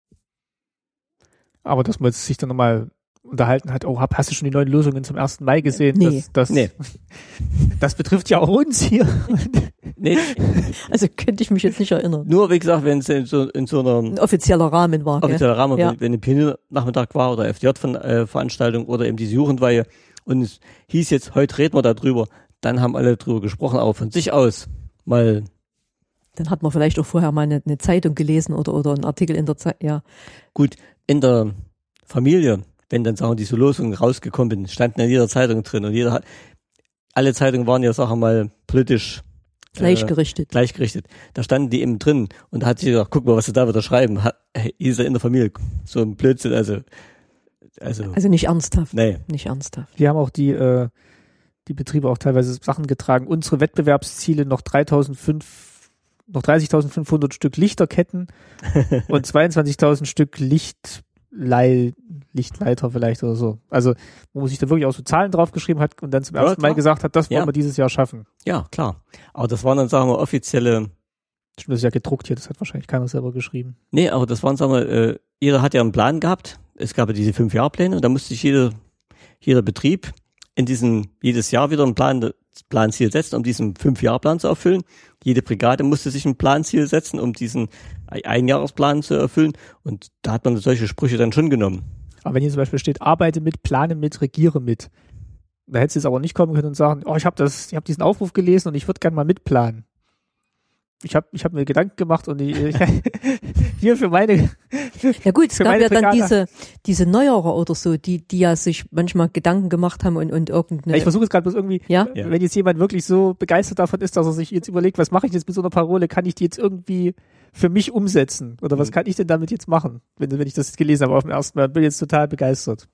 Aber dass man sich dann nochmal unterhalten hat, hast du schon die neuen Lösungen zum 1. Mai gesehen? Nee. Das betrifft ja auch uns hier. Nee. Also könnte ich mich jetzt nicht erinnern. Nur, wie gesagt, wenn es in so einer ein offizieller Rahmen war. Wenn ein Pioniernachmittag war oder FDJ-Veranstaltung oder eben diese Jugendweihe und es hieß jetzt, heute reden wir darüber, dann haben alle drüber gesprochen, aber von sich aus mal. Dann hat man vielleicht auch vorher mal eine Zeitung gelesen oder einen Artikel in der Zeitung, ja. Gut, in der Familie, wenn dann, sagen wir, diese Losungen rausgekommen sind, standen in jeder Zeitung drin und alle Zeitungen waren ja, sagen wir mal, politisch Gleichgerichtet. Da standen die eben drin und da hat sie gesagt, guck mal, was sie da wieder schreiben. Ist in der Familie so ein Blödsinn, also nicht ernsthaft. Nee. Nicht ernsthaft. Wir haben auch die Betriebe auch teilweise Sachen getragen. Unsere Wettbewerbsziele noch 30.500 Stück Lichterketten und 22.000 Stück Lichtleiter vielleicht oder so. Also, wo man sich da wirklich auch so Zahlen draufgeschrieben hat und dann zum ersten Mal gesagt hat, das wollen wir dieses Jahr schaffen. Ja, klar. Aber das waren dann, sagen wir, offizielle... Stimmt, das ist ja gedruckt hier, das hat wahrscheinlich keiner selber geschrieben. Nee, aber das waren, sagen wir, jeder hat ja einen Plan gehabt. Es gab ja diese 5-Jahr-Pläne und da musste sich jeder Betrieb jedes Jahr wieder ein Planziel setzen, um diesen 5-Jahr-Plan zu erfüllen. Jede Brigade musste sich ein Planziel setzen, um diesen Einjahresplan zu erfüllen. Und da hat man solche Sprüche dann schon genommen. Aber wenn hier zum Beispiel steht, arbeite mit, plane mit, regiere mit, da hättest du jetzt aber nicht kommen können und sagen, ich habe diesen Aufruf gelesen und ich würde gerne mal mitplanen. Ich hab mir Gedanken gemacht und hier für meine... Ja gut, es gab ja dann diese Neuerer oder so, die ja sich manchmal Gedanken gemacht haben und irgendeine... Ich versuche jetzt gerade bloß irgendwie, wenn jetzt jemand wirklich so begeistert davon ist, dass er sich jetzt überlegt, was mache ich jetzt mit so einer Parole, kann ich die jetzt irgendwie für mich umsetzen? Oder was kann ich denn damit jetzt machen, wenn ich das jetzt gelesen habe auf dem ersten Mal? Bin jetzt total begeistert.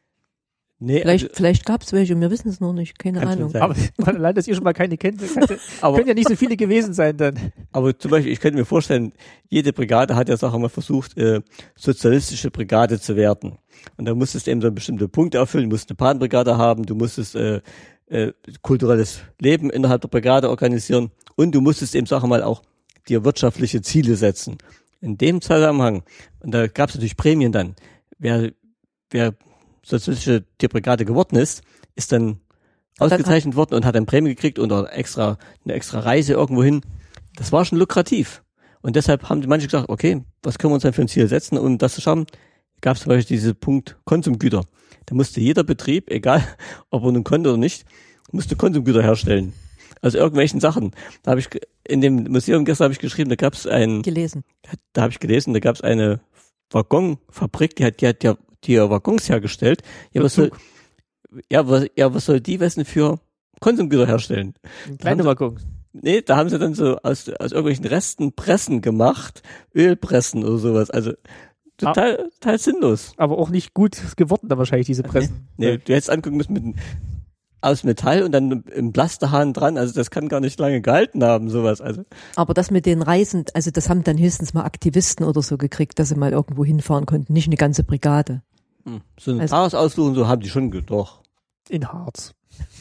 Nee, vielleicht gab es welche, wir wissen es noch nicht, keine Ahnung. Aber allein, dass ihr schon mal keine kennt, können ja nicht so viele gewesen sein dann. Aber zum Beispiel, ich könnte mir vorstellen, jede Brigade hat ja Sache mal versucht, sozialistische Brigade zu werden. Und da musstest du eben so bestimmte Punkte erfüllen, du musst eine Panbrigade haben, du musstest kulturelles Leben innerhalb der Brigade organisieren und du musstest eben, Sache mal, auch dir wirtschaftliche Ziele setzen. In dem Zusammenhang, und da gab es natürlich Prämien dann, wer sozialistische die Brigade geworden ist dann ausgezeichnet worden und hat eine Prämie gekriegt und eine extra Reise irgendwo hin. Das war schon lukrativ. Und deshalb haben die manche gesagt, okay, was können wir uns denn für ein Ziel setzen, um das zu schaffen? Gab es zum Beispiel diesen Punkt Konsumgüter. Da musste jeder Betrieb, egal ob er nun konnte oder nicht, musste Konsumgüter herstellen. Also irgendwelchen Sachen. Da habe ich in dem Museum gestern geschrieben, da gab es da habe ich gelesen, da gab es eine Waggonfabrik, die hat die Waggons hergestellt. Ja, was soll die wissen für Konsumgüter herstellen? Kleine Waggons. Nee, da haben sie dann so aus irgendwelchen Resten Pressen gemacht, Ölpressen oder sowas. Also total sinnlos. Aber auch nicht gut geworden da wahrscheinlich, diese Pressen. Nee, du hättest angucken müssen aus Metall und dann im Plasterhahn dran. Also das kann gar nicht lange gehalten haben, sowas. Also. Aber das mit den Reisen, also das haben dann höchstens mal Aktivisten oder so gekriegt, dass sie mal irgendwo hinfahren konnten, nicht eine ganze Brigade. So eine Tagesausflug und so haben die schon doch. In Harz.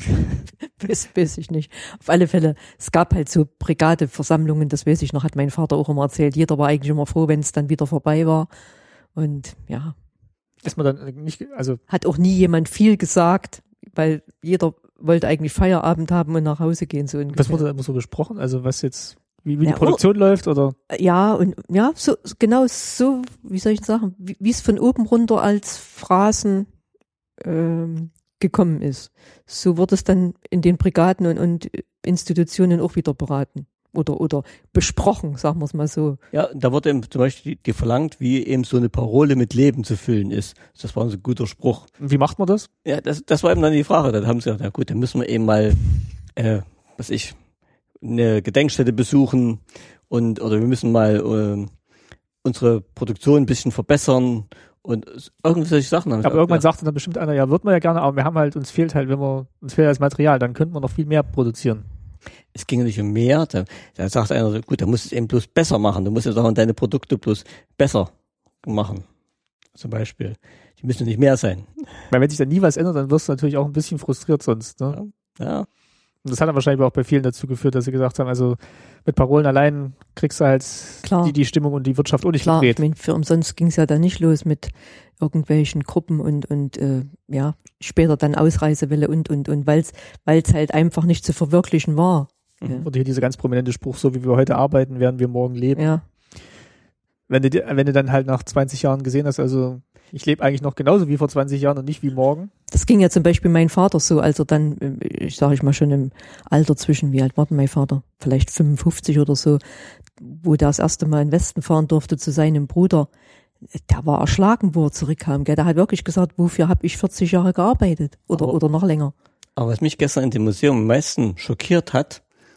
Weiß ich nicht. Auf alle Fälle, es gab halt so Brigadeversammlungen, das weiß ich noch, hat mein Vater auch immer erzählt. Jeder war eigentlich immer froh, wenn es dann wieder vorbei war. Und ja. Ist man dann nicht, also. Hat auch nie jemand viel gesagt, weil jeder wollte eigentlich Feierabend haben und nach Hause gehen. So ungefähr. Was wurde da immer so besprochen? Also was jetzt, wie die Produktion läuft oder? Ja, und ja, so, genau so, wie soll ich sagen, wie es von oben runter als Phrasen gekommen ist. So wird es dann in den Brigaden und Institutionen auch wieder beraten. Oder besprochen, sagen wir es mal so. Ja, da wurde eben zum Beispiel die verlangt, wie eben so eine Parole mit Leben zu füllen ist. Das war so ein guter Spruch. Und wie macht man das? Ja, das war eben dann die Frage. Dann haben sie gesagt, na gut, dann müssen wir eben mal, eine Gedenkstätte besuchen oder wir müssen mal unsere Produktion ein bisschen verbessern und irgendwie solche Sachen. Aber irgendwann sagte dann bestimmt einer, ja, wird man ja gerne, aber wir haben halt, uns fehlt das Material, dann könnten wir noch viel mehr produzieren. Es ging nicht um mehr, da sagt einer, gut, da musst du es eben bloß besser machen, du musst jetzt auch deine Produkte bloß besser machen, zum Beispiel. Die müssen nicht mehr sein. Weil wenn sich dann nie was ändert, dann wirst du natürlich auch ein bisschen frustriert sonst, ne? Ja. Und das hat dann wahrscheinlich auch bei vielen dazu geführt, dass sie gesagt haben, also mit Parolen allein kriegst du halt die Stimmung und die Wirtschaft auch nicht gedreht. Klar, für umsonst ging es ja dann nicht los mit irgendwelchen Gruppen und später dann Ausreisewelle und weil es halt einfach nicht zu verwirklichen war. Ja. Und hier dieser ganz prominente Spruch, so wie wir heute arbeiten, werden wir morgen leben. Ja. Wenn du dann halt nach 20 Jahren gesehen hast, also ich lebe eigentlich noch genauso wie vor 20 Jahren und nicht wie morgen. Das ging ja zum Beispiel mein Vater so, als er dann, sage ich mal schon im Alter zwischen, wie alt war denn mein Vater? Vielleicht 55 oder so, wo der das erste Mal in den Westen fahren durfte zu seinem Bruder. Der war erschlagen, wo er zurückkam. Gell? Der hat wirklich gesagt, wofür habe ich 40 Jahre gearbeitet oder noch länger. Aber was mich gestern in dem Museum am meisten schockiert hat,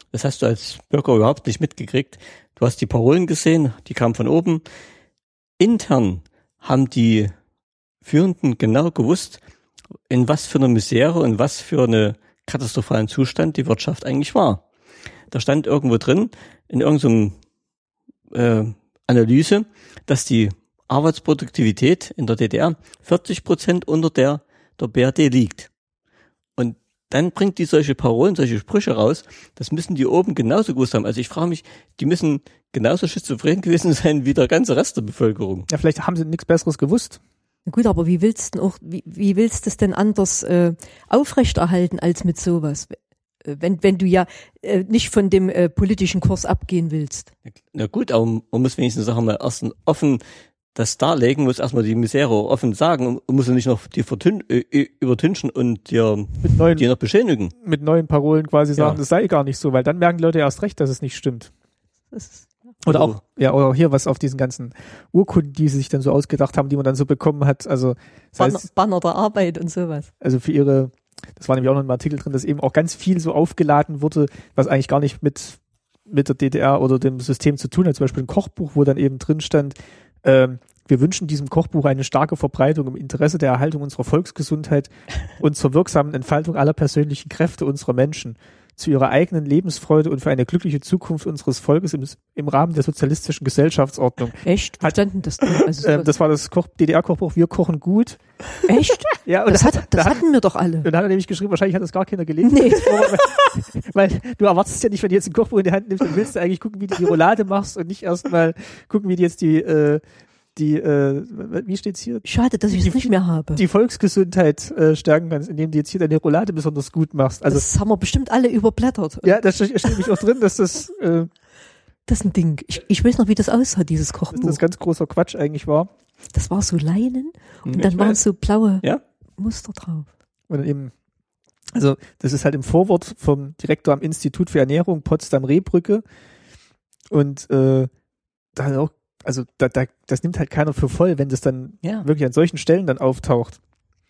Das hast du als Bürger überhaupt nicht mitgekriegt. Du hast die Parolen gesehen, die kamen von oben. Intern haben die Führenden genau gewusst, in was für einer Misere und was für eine katastrophalen Zustand die Wirtschaft eigentlich war. Da stand irgendwo drin, in irgendeinem Analyse, dass die Arbeitsproduktivität in der DDR 40% unter der BRD liegt. Und dann bringt die solche Parolen, solche Sprüche raus, das müssen die oben genauso gewusst haben. Also ich frage mich, die müssen genauso schizophren gewesen sein wie der ganze Rest der Bevölkerung. Ja, vielleicht haben sie nichts Besseres gewusst. Na gut, aber wie willst du es denn anders aufrechterhalten als mit sowas? Wenn du ja nicht von dem politischen Kurs abgehen willst. Na gut, aber man muss wenigstens sagen, mal erst offen das darlegen, muss erstmal die Misere offen sagen und muss nicht noch die übertünchen und die noch beschädigen. Mit neuen Parolen quasi sagen, das sei gar nicht so, weil dann merken die Leute erst recht, dass es nicht stimmt. Oder auch, oder hier was auf diesen ganzen Urkunden, die sie sich dann so ausgedacht haben, die man dann so bekommen hat, also Banner der Arbeit und sowas. Also für ihre, das war nämlich auch noch im Artikel drin, dass eben auch ganz viel so aufgeladen wurde, was eigentlich gar nicht mit der DDR oder dem System zu tun hat. Zum Beispiel ein Kochbuch, wo dann eben drin stand, wir wünschen diesem Kochbuch eine starke Verbreitung im Interesse der Erhaltung unserer Volksgesundheit und zur wirksamen Entfaltung aller persönlichen Kräfte unserer Menschen, zu ihrer eigenen Lebensfreude und für eine glückliche Zukunft unseres Volkes im Rahmen der sozialistischen Gesellschaftsordnung. Echt? Verstanden das? Das war das DDR-Kochbuch Wir kochen gut. Echt? Ja, und das hatten wir doch alle. Und dann hat er nämlich geschrieben, wahrscheinlich hat das gar keiner gelesen. Nee. Weil du erwartest ja nicht, wenn du jetzt ein Kochbuch in die Hand nimmst, dann willst du eigentlich gucken, wie du die Roulade machst und nicht erst mal gucken, wie du jetzt wie steht's hier? Schade, dass ich es nicht mehr habe. Die Volksgesundheit stärken kannst, indem du jetzt hier deine Roulade besonders gut machst. Also, das haben wir bestimmt alle überblättert. Ja, da steht nämlich auch drin, dass das das ist ein Ding. Ich weiß noch, wie das aussah, dieses Kochbuch. Das ganz großer Quatsch eigentlich war. Das war so Leinen und dann waren so blaue Muster drauf. Und dann eben, also das ist halt im Vorwort vom Direktor am Institut für Ernährung Potsdam-Rehbrücke und da auch, also das nimmt halt keiner für voll, wenn das dann wirklich an solchen Stellen dann auftaucht.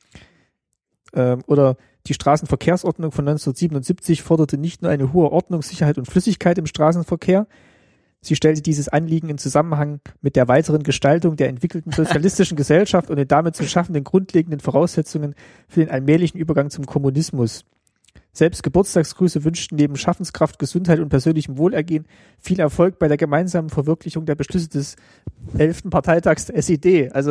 Oder die Straßenverkehrsordnung von 1977 forderte nicht nur eine hohe Ordnung, Sicherheit und Flüssigkeit im Straßenverkehr, sie stellte dieses Anliegen in Zusammenhang mit der weiteren Gestaltung der entwickelten sozialistischen Gesellschaft und den damit zu schaffenden grundlegenden Voraussetzungen für den allmählichen Übergang zum Kommunismus. Selbst Geburtstagsgrüße wünschten neben Schaffenskraft, Gesundheit und persönlichem Wohlergehen viel Erfolg bei der gemeinsamen Verwirklichung der Beschlüsse des 11. Parteitags der SED. Also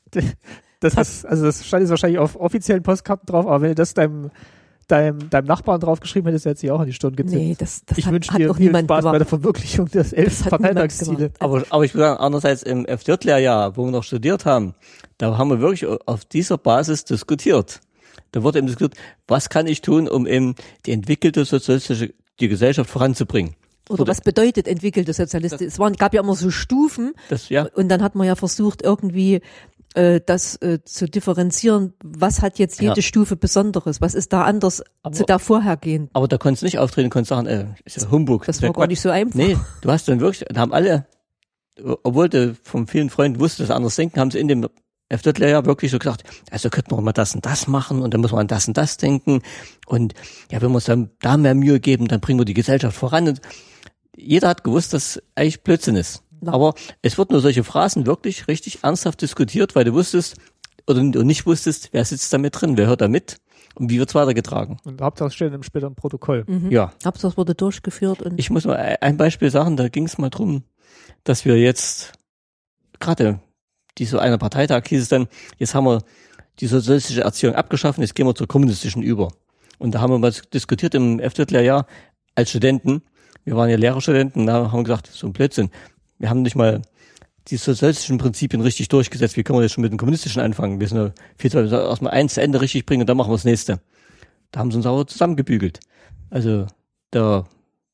das stand jetzt wahrscheinlich auf offiziellen Postkarten drauf, aber wenn du das deinem Nachbarn drauf geschrieben hättest, hätte sie auch an die Stirn gezippt. Nee, das ich wünsche dir viel Spaß bei der Verwirklichung des 11. Parteitagsziele. Aber ich würde sagen, andererseits im FJ-Lehrjahr, wo wir noch studiert haben, da haben wir wirklich auf dieser Basis diskutiert. Da wurde eben diskutiert, was kann ich tun, um eben die entwickelte sozialistische Gesellschaft voranzubringen. Oder was bedeutet entwickelte Sozialistin? Gab ja immer so Stufen und dann hat man ja versucht, irgendwie das zu differenzieren, was hat jetzt jede Stufe Besonderes, was ist da anders zu der vorhergehend. Aber da konntest du nicht auftreten, konntest sagen, ist ja Humbug. Das war gar nicht so einfach. Nee, du hast dann wirklich, da haben alle, obwohl du von vielen Freunden wusstest, dass sie anders denken, haben sie in dem FJ-Lehrjahr wirklich so gesagt, also könnten wir mal das und das machen und dann muss man an das und das denken und ja, wenn wir uns dann da mehr Mühe geben, dann bringen wir die Gesellschaft voran und jeder hat gewusst, dass eigentlich Blödsinn ist. Ja. Aber es wird nur solche Phrasen wirklich richtig ernsthaft diskutiert, weil du wusstest oder nicht wusstest, wer sitzt da mit drin, wer hört da mit und wie wird's weitergetragen. Und Hauptsache stellen im späteren Protokoll. Mhm. Ja. Hauptsache wurde durchgeführt. Und ich muss mal ein Beispiel sagen, da ging es mal drum, dass wir jetzt gerade so einer Parteitag hieß es dann, jetzt haben wir die sozialistische Erziehung abgeschaffen, jetzt gehen wir zur kommunistischen über. Und da haben wir mal diskutiert im FJ-Lehrjahr als Studenten, wir waren ja Lehrerstudenten, da haben wir gesagt, so ein Blödsinn, wir haben nicht mal die sozialistischen Prinzipien richtig durchgesetzt, wie können wir jetzt schon mit dem kommunistischen anfangen? Wir sind ja viel zu erstmal eins zu Ende richtig bringen und dann machen wir das nächste. Da haben sie uns aber zusammengebügelt. Also der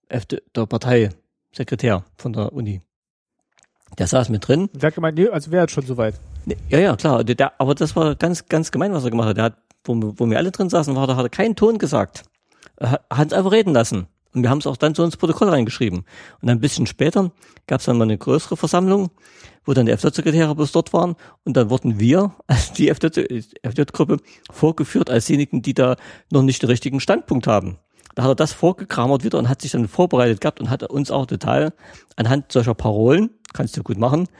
Parteisekretär von der Uni. Der saß mit drin. Der hat gemeint, nee, also wäre jetzt schon soweit. Ja, klar. Aber das war ganz, ganz gemein, was er gemacht hat. Der hat, wo wir alle drin saßen, hat er keinen Ton gesagt. Er hat uns einfach reden lassen. Und wir haben es auch dann so ins Protokoll reingeschrieben. Und ein bisschen später gab es dann mal eine größere Versammlung, wo dann die FJ-Sekretäre bloß dort waren. Und dann wurden wir, also die FJ-Gruppe, vorgeführt als diejenigen, die da noch nicht den richtigen Standpunkt haben. Da hat er das vorgekramert wieder und hat sich dann vorbereitet gehabt und hat uns auch total anhand solcher Parolen, kannst du gut machen,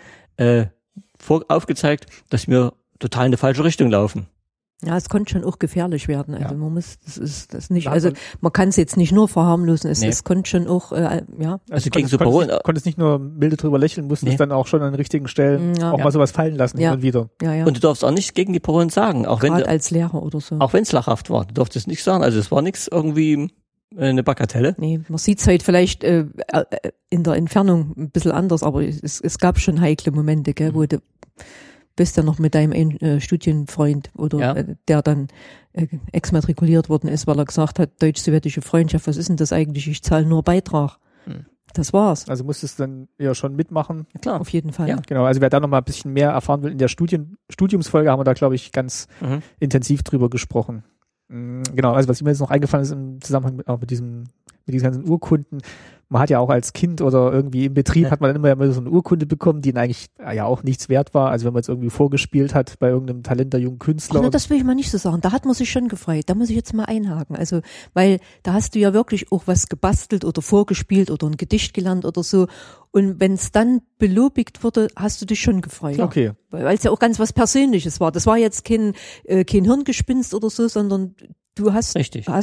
aufgezeigt, dass wir total in die falsche Richtung laufen. Ja, es konnte schon auch gefährlich werden. Also man muss, das nicht, also man kann es jetzt nicht nur verharmlosen, es konnte schon auch, ja. Also gegen so Parolen. Konntest nicht nur milde drüber lächeln, musstest dann auch schon an den richtigen Stellen auch mal sowas fallen lassen, immer wieder. Ja. Und du darfst auch nicht gegen die Parolen sagen, auch wenn als Lehrer oder so. Auch wenn es lachhaft war, du durftest nicht sagen, also es war nichts irgendwie eine Bagatelle. Nee, man sieht es halt vielleicht in der Entfernung ein bisschen anders, aber es gab schon heikle Momente, gell, wo du bist ja noch mit deinem Studienfreund oder der dann exmatrikuliert worden ist, weil er gesagt hat, deutsch-sowjetische Freundschaft, was ist denn das eigentlich? Ich zahle nur Beitrag. Das war's. Also musstest du dann ja schon mitmachen. Ja, klar, auf jeden Fall. Ja. Genau, also wer da noch mal ein bisschen mehr erfahren will, in der Studiumsfolge haben wir da, glaube ich, ganz intensiv drüber gesprochen. Genau, also was mir jetzt noch eingefallen ist im Zusammenhang mit diesen ganzen Urkunden, man hat ja auch als Kind oder irgendwie im Betrieb hat man dann immer so eine Urkunde bekommen, die eigentlich ja auch nichts wert war. Also wenn man jetzt irgendwie vorgespielt hat bei irgendeinem Talent der jungen Künstler. Ach, das will ich mal nicht so sagen. Da hat man sich schon gefreut. Da muss ich jetzt mal einhaken. Also, weil da hast du ja wirklich auch was gebastelt oder vorgespielt oder ein Gedicht gelernt oder so. Und wenn es dann belobigt wurde, hast du dich schon gefreut. Okay. Weil es ja auch ganz was Persönliches war. Das war jetzt kein Hirngespinst oder so, sondern du hast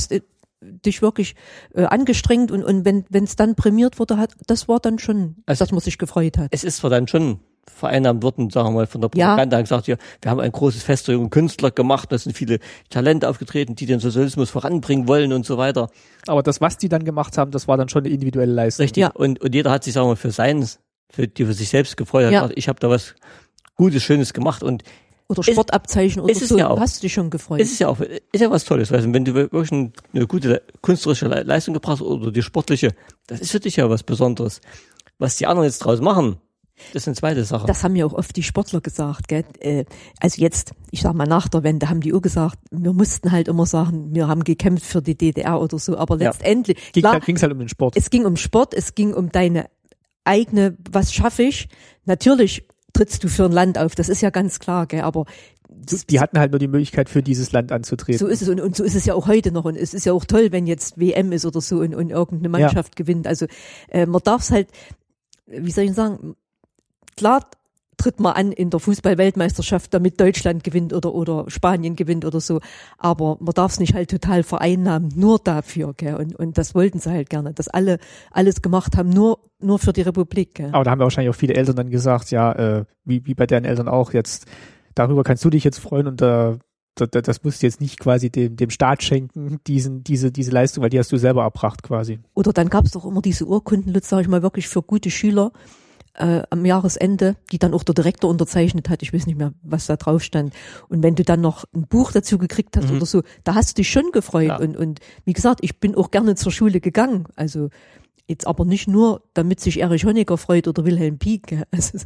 dich wirklich angestrengt und wenn es dann prämiert wurde, das war dann schon, also, dass man sich gefreut hat. Es ist zwar dann schon vereinnahmt worden, sagen wir mal, von der Propaganda gesagt, wir haben ein großes Fest der jungen Künstler gemacht, da sind viele Talente aufgetreten, die den Sozialismus voranbringen wollen und so weiter. Aber das, was die dann gemacht haben, das war dann schon eine individuelle Leistung. Richtig, ja. Und jeder hat sich, sagen wir mal, für sich selbst gefreut, hat gesagt, ich habe da was Gutes, Schönes gemacht und oder Sportabzeichen oder so, ja auch, hast du dich schon gefreut. Ist ja was Tolles, weißt du, wenn du wirklich eine gute künstlerische Leistung gebracht hast oder die sportliche, das ist für dich ja was Besonderes. Was die anderen jetzt draus machen, das ist eine zweite Sache. Das haben ja auch oft die Sportler gesagt, gell? Also jetzt, ich sag mal nach der Wende, haben die auch gesagt, wir mussten halt immer sagen, wir haben gekämpft für die DDR oder so, aber letztendlich, ging's halt um den Sport. Es ging um Sport, es ging um deine eigene, was schaffe ich? Natürlich trittst du für ein Land auf, das ist ja ganz klar, gell, aber die hatten halt nur die Möglichkeit, für dieses Land anzutreten. So ist es und so ist es ja auch heute noch und es ist ja auch toll, wenn jetzt WM ist oder so und irgendeine Mannschaft gewinnt. Also man darf es halt, wie soll ich sagen, klar tritt man an in der Fußball-Weltmeisterschaft, damit Deutschland gewinnt oder Spanien gewinnt oder so, aber man darf es nicht halt total vereinnahmen, nur dafür, gell, und das wollten sie halt gerne, dass alle alles gemacht haben, nur für die Republik, gell. Aber da haben ja wahrscheinlich auch viele Eltern dann gesagt, wie bei deinen Eltern auch jetzt, darüber kannst du dich jetzt freuen und das musst du jetzt nicht quasi dem Staat schenken, diese Leistung, weil die hast du selber erbracht quasi. Oder dann gab es doch immer diese Urkunden, sag ich mal, wirklich für gute Schüler, am Jahresende, die dann auch der Direktor unterzeichnet hat. Ich weiß nicht mehr, was da drauf stand. Und wenn du dann noch ein Buch dazu gekriegt hast oder so, da hast du dich schon gefreut. Ja. Und wie gesagt, ich bin auch gerne zur Schule gegangen. Also jetzt aber nicht nur, damit sich Erich Honecker freut oder Wilhelm Pieck. Gell? Also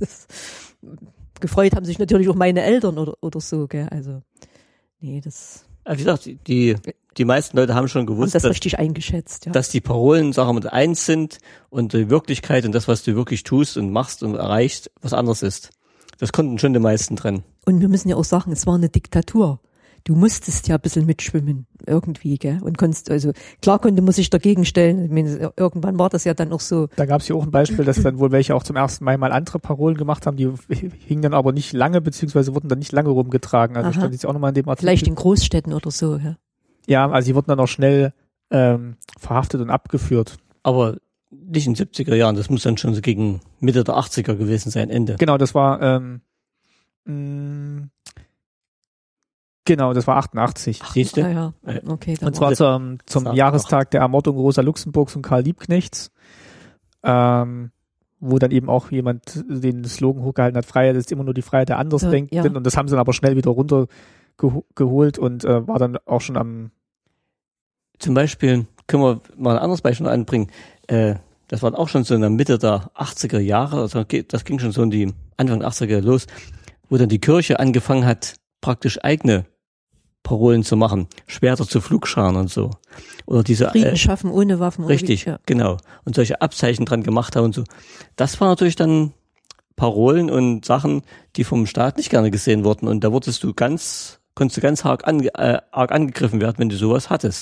gefreut haben sich natürlich auch meine Eltern oder so. Gell? Also nee, das... Wie gesagt, die meisten Leute haben schon gewusst, das richtig eingeschätzt, ja, dass die Parolen, sagen wir mal, eins sind und die Wirklichkeit und das, was du wirklich tust und machst und erreichst, was anderes ist. Das konnten schon die meisten trennen. Und wir müssen ja auch sagen, es war eine Diktatur. Du musstest ja ein bisschen mitschwimmen, irgendwie, gell? Und klar konnte man sich dagegen stellen. Ich meine, irgendwann war das ja dann auch so. Da gab es ja auch ein Beispiel, dass dann wohl welche auch zum ersten Mal andere Parolen gemacht haben, die hingen dann aber nicht lange, beziehungsweise wurden dann nicht lange rumgetragen. Also stand jetzt auch nochmal in dem Artikel. Vielleicht in Großstädten oder so, ja. Ja, also die wurden dann auch schnell verhaftet und abgeführt. Aber nicht in den 70er Jahren, das muss dann schon so gegen Mitte der 80er gewesen sein, Ende. Genau, das war Genau, das war 88. Siehst du? Ja. Okay, und zwar zum Jahrestag der Ermordung Rosa Luxemburgs und Karl Liebknechts, wo dann eben auch jemand den Slogan hochgehalten hat, Freiheit ist immer nur die Freiheit der Andersdenkenden, und das haben sie dann aber schnell wieder runtergeholt und war dann auch schon Zum Beispiel können wir mal ein anderes Beispiel anbringen. Das war auch schon so in der Mitte der 80er Jahre, also das ging schon so in die Anfang der 80er los, wo dann die Kirche angefangen hat, praktisch eigene Parolen zu machen, Schwerter zu Flugscharen und so. Oder diese Frieden schaffen ohne Waffen. Richtig, genau. Und solche Abzeichen dran gemacht haben und so. Das war natürlich dann Parolen und Sachen, die vom Staat nicht gerne gesehen wurden. Und da konntest du ganz arg angegriffen werden, wenn du sowas hattest.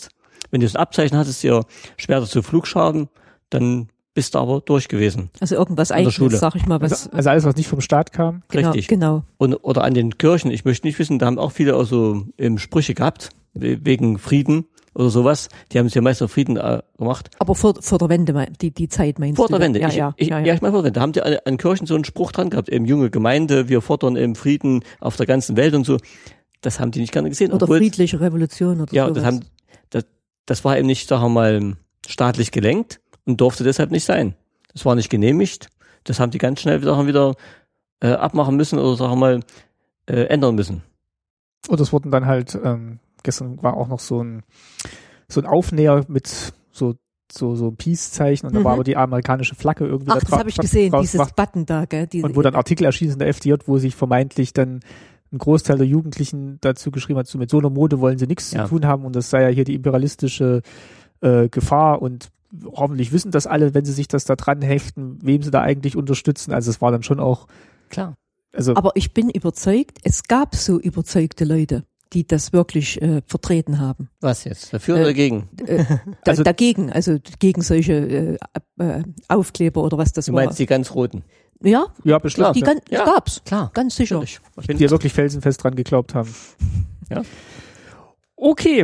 Wenn du das Abzeichen hattest, dir Schwerter zu Flugschaden, dann bist du aber durch gewesen. Also irgendwas Eigenes, sag ich mal. Also alles, was nicht vom Staat kam? Genau, richtig. Genau. Oder an den Kirchen, ich möchte nicht wissen, da haben auch viele auch so Sprüche gehabt, wegen Frieden oder sowas. Die haben es ja meist auf Frieden gemacht. Aber vor der Wende, die Zeit meinst du? Vor der Wende. Ja, ich meine vor der Wende. Da haben die an Kirchen so einen Spruch dran gehabt, junge Gemeinde, wir fordern im Frieden auf der ganzen Welt und so. Das haben die nicht gerne gesehen. Oder friedliche Revolution oder so. Ja, das war eben nicht, sagen wir mal, staatlich gelenkt und durfte deshalb nicht sein. Das war nicht genehmigt. Das haben die ganz schnell wieder abmachen müssen oder, sagen wir mal, ändern müssen. Und es wurden dann halt, gestern war auch noch so ein Aufnäher mit so Peace-Zeichen und da war aber die amerikanische Flagge irgendwie da drauf. Ach, das habe ich gesehen, dieses Button da, gell? Und wo dann Artikel erschienen in der FDJ, wo sich vermeintlich dann ein Großteil der Jugendlichen dazu geschrieben hat, so mit so einer Mode wollen sie nichts zu tun haben und das sei ja hier die imperialistische Gefahr und hoffentlich wissen das alle, wenn sie sich das da dran heften, wem sie da eigentlich unterstützen. Also es war dann schon auch klar. Also, aber ich bin überzeugt, es gab so überzeugte Leute, die das wirklich vertreten haben. Was jetzt? Dafür oder dagegen? Dagegen, also gegen solche Aufkleber oder was das war. Du meinst die ganz roten? Ja, bestimmt. Die gab's. Klar. Ganz sicher. Die ja wirklich felsenfest dran geglaubt haben. Ja. Okay.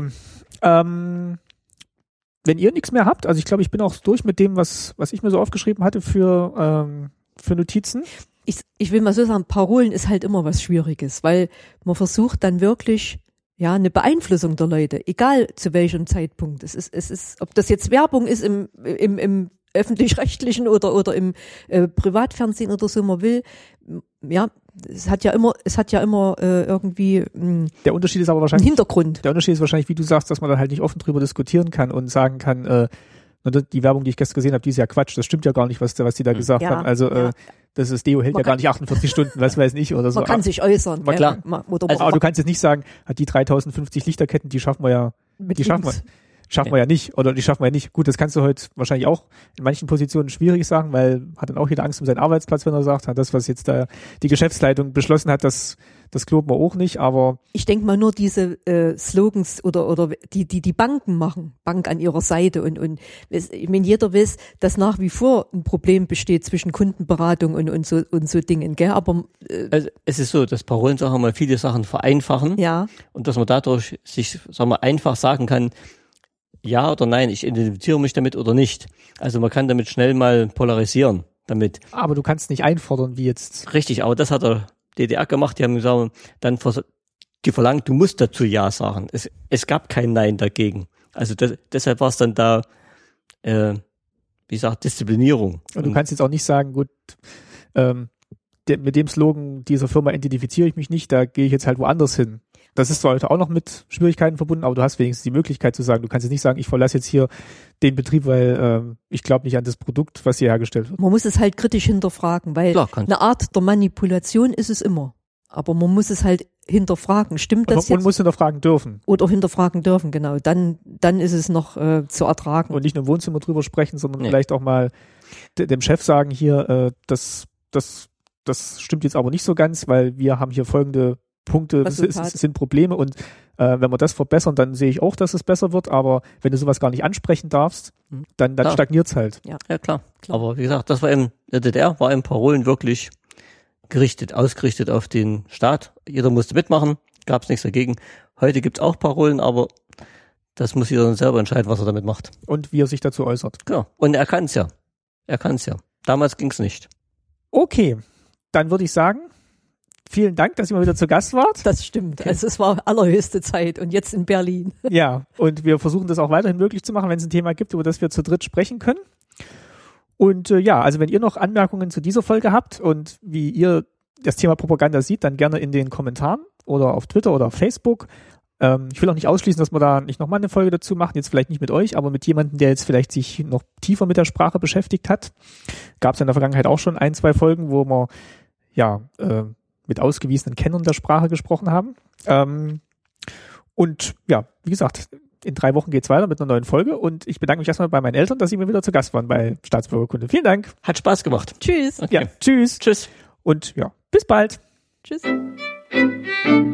Wenn ihr nichts mehr habt, also ich glaube, ich bin auch durch mit dem, was ich mir so aufgeschrieben hatte für Notizen. Ich will mal so sagen, Parolen ist halt immer was Schwieriges, weil man versucht dann wirklich eine Beeinflussung der Leute, egal zu welchem Zeitpunkt. Es ist, ob das jetzt Werbung ist im öffentlich-rechtlichen oder im Privatfernsehen oder so, man will, es hat ja immer irgendwie der Unterschied ist aber wahrscheinlich einen Hintergrund. Der Unterschied ist wahrscheinlich, wie du sagst, dass man dann halt nicht offen drüber diskutieren kann und sagen kann, die Werbung, die ich gestern gesehen habe, die ist ja Quatsch, das stimmt ja gar nicht, was die da gesagt haben. Also das ist Deo hält ja gar nicht 48 Stunden, was weiß ich oder so. Man kann sich äußern. Aber klar. Aber du kannst jetzt nicht sagen, die 3050 Lichterketten, die schaffen wir ja nicht, oder die schaffen wir ja nicht. Gut, das kannst du heute wahrscheinlich auch in manchen Positionen schwierig sagen, weil hat dann auch jeder Angst um seinen Arbeitsplatz, wenn er sagt, das, was jetzt da die Geschäftsleitung beschlossen hat, das glauben wir auch nicht, aber ich denke mal nur diese Slogans oder die Banken machen, Bank an ihrer Seite und ich meine, jeder weiß, dass nach wie vor ein Problem besteht zwischen Kundenberatung und so Dingen, gell? Aber also es ist so, dass Parolen, sagen wir mal, viele Sachen vereinfachen und dass man dadurch sich, sagen wir, einfach sagen kann, ja oder nein, ich identifiziere mich damit oder nicht. Also man kann damit schnell mal polarisieren damit. Aber du kannst nicht einfordern, wie jetzt. Richtig, aber das hat der DDR gemacht. Die haben gesagt, die verlangt, du musst dazu Ja sagen. Es gab kein Nein dagegen. Also deshalb war es dann da, Disziplinierung. Und du kannst jetzt auch nicht sagen, gut, mit dem Slogan dieser Firma identifiziere ich mich nicht, da gehe ich jetzt halt woanders hin. Das ist zwar heute auch noch mit Schwierigkeiten verbunden, aber du hast wenigstens die Möglichkeit zu sagen, du kannst jetzt nicht sagen, ich verlasse jetzt hier den Betrieb, weil ich glaube nicht an das Produkt, was hier hergestellt wird. Man muss es halt kritisch hinterfragen, weil eine Art der Manipulation ist es immer. Aber man muss es halt hinterfragen. Stimmt das jetzt? Man muss hinterfragen dürfen. Oder hinterfragen dürfen, genau. Dann ist es noch zu ertragen. Und nicht nur im Wohnzimmer drüber sprechen, sondern vielleicht auch mal dem Chef sagen, hier, das stimmt jetzt aber nicht so ganz, weil wir haben hier folgende Punkte, das sind Probleme und wenn wir das verbessern, dann sehe ich auch, dass es besser wird, aber wenn du sowas gar nicht ansprechen darfst, dann stagniert's halt. Ja, klar. Aber wie gesagt, das war in der DDR, war in Parolen wirklich ausgerichtet auf den Staat. Jeder musste mitmachen, gab's nichts dagegen. Heute gibt's auch Parolen, aber das muss jeder selber entscheiden, was er damit macht. Und wie er sich dazu äußert. Genau. Und er kann's ja. Damals ging's nicht. Okay, dann würde ich sagen, vielen Dank, dass ihr mal wieder zu Gast wart. Das stimmt. Okay. Also es war allerhöchste Zeit und jetzt in Berlin. Ja, und wir versuchen das auch weiterhin möglich zu machen, wenn es ein Thema gibt, über das wir zu dritt sprechen können. Und also wenn ihr noch Anmerkungen zu dieser Folge habt und wie ihr das Thema Propaganda sieht, dann gerne in den Kommentaren oder auf Twitter oder auf Facebook. Ich will auch nicht ausschließen, dass wir da nicht nochmal eine Folge dazu machen, jetzt vielleicht nicht mit euch, aber mit jemandem, der jetzt vielleicht sich noch tiefer mit der Sprache beschäftigt hat. Gab es in der Vergangenheit auch schon 1-2 Folgen, wo wir mit ausgewiesenen Kennern der Sprache gesprochen haben. Und ja, wie gesagt, in 3 Wochen geht's weiter mit einer neuen Folge und ich bedanke mich erstmal bei meinen Eltern, dass sie mir wieder zu Gast waren bei Staatsbürgerkunde. Vielen Dank. Hat Spaß gemacht. Tschüss. Okay. Ja, tschüss. Tschüss. Und ja, bis bald. Tschüss.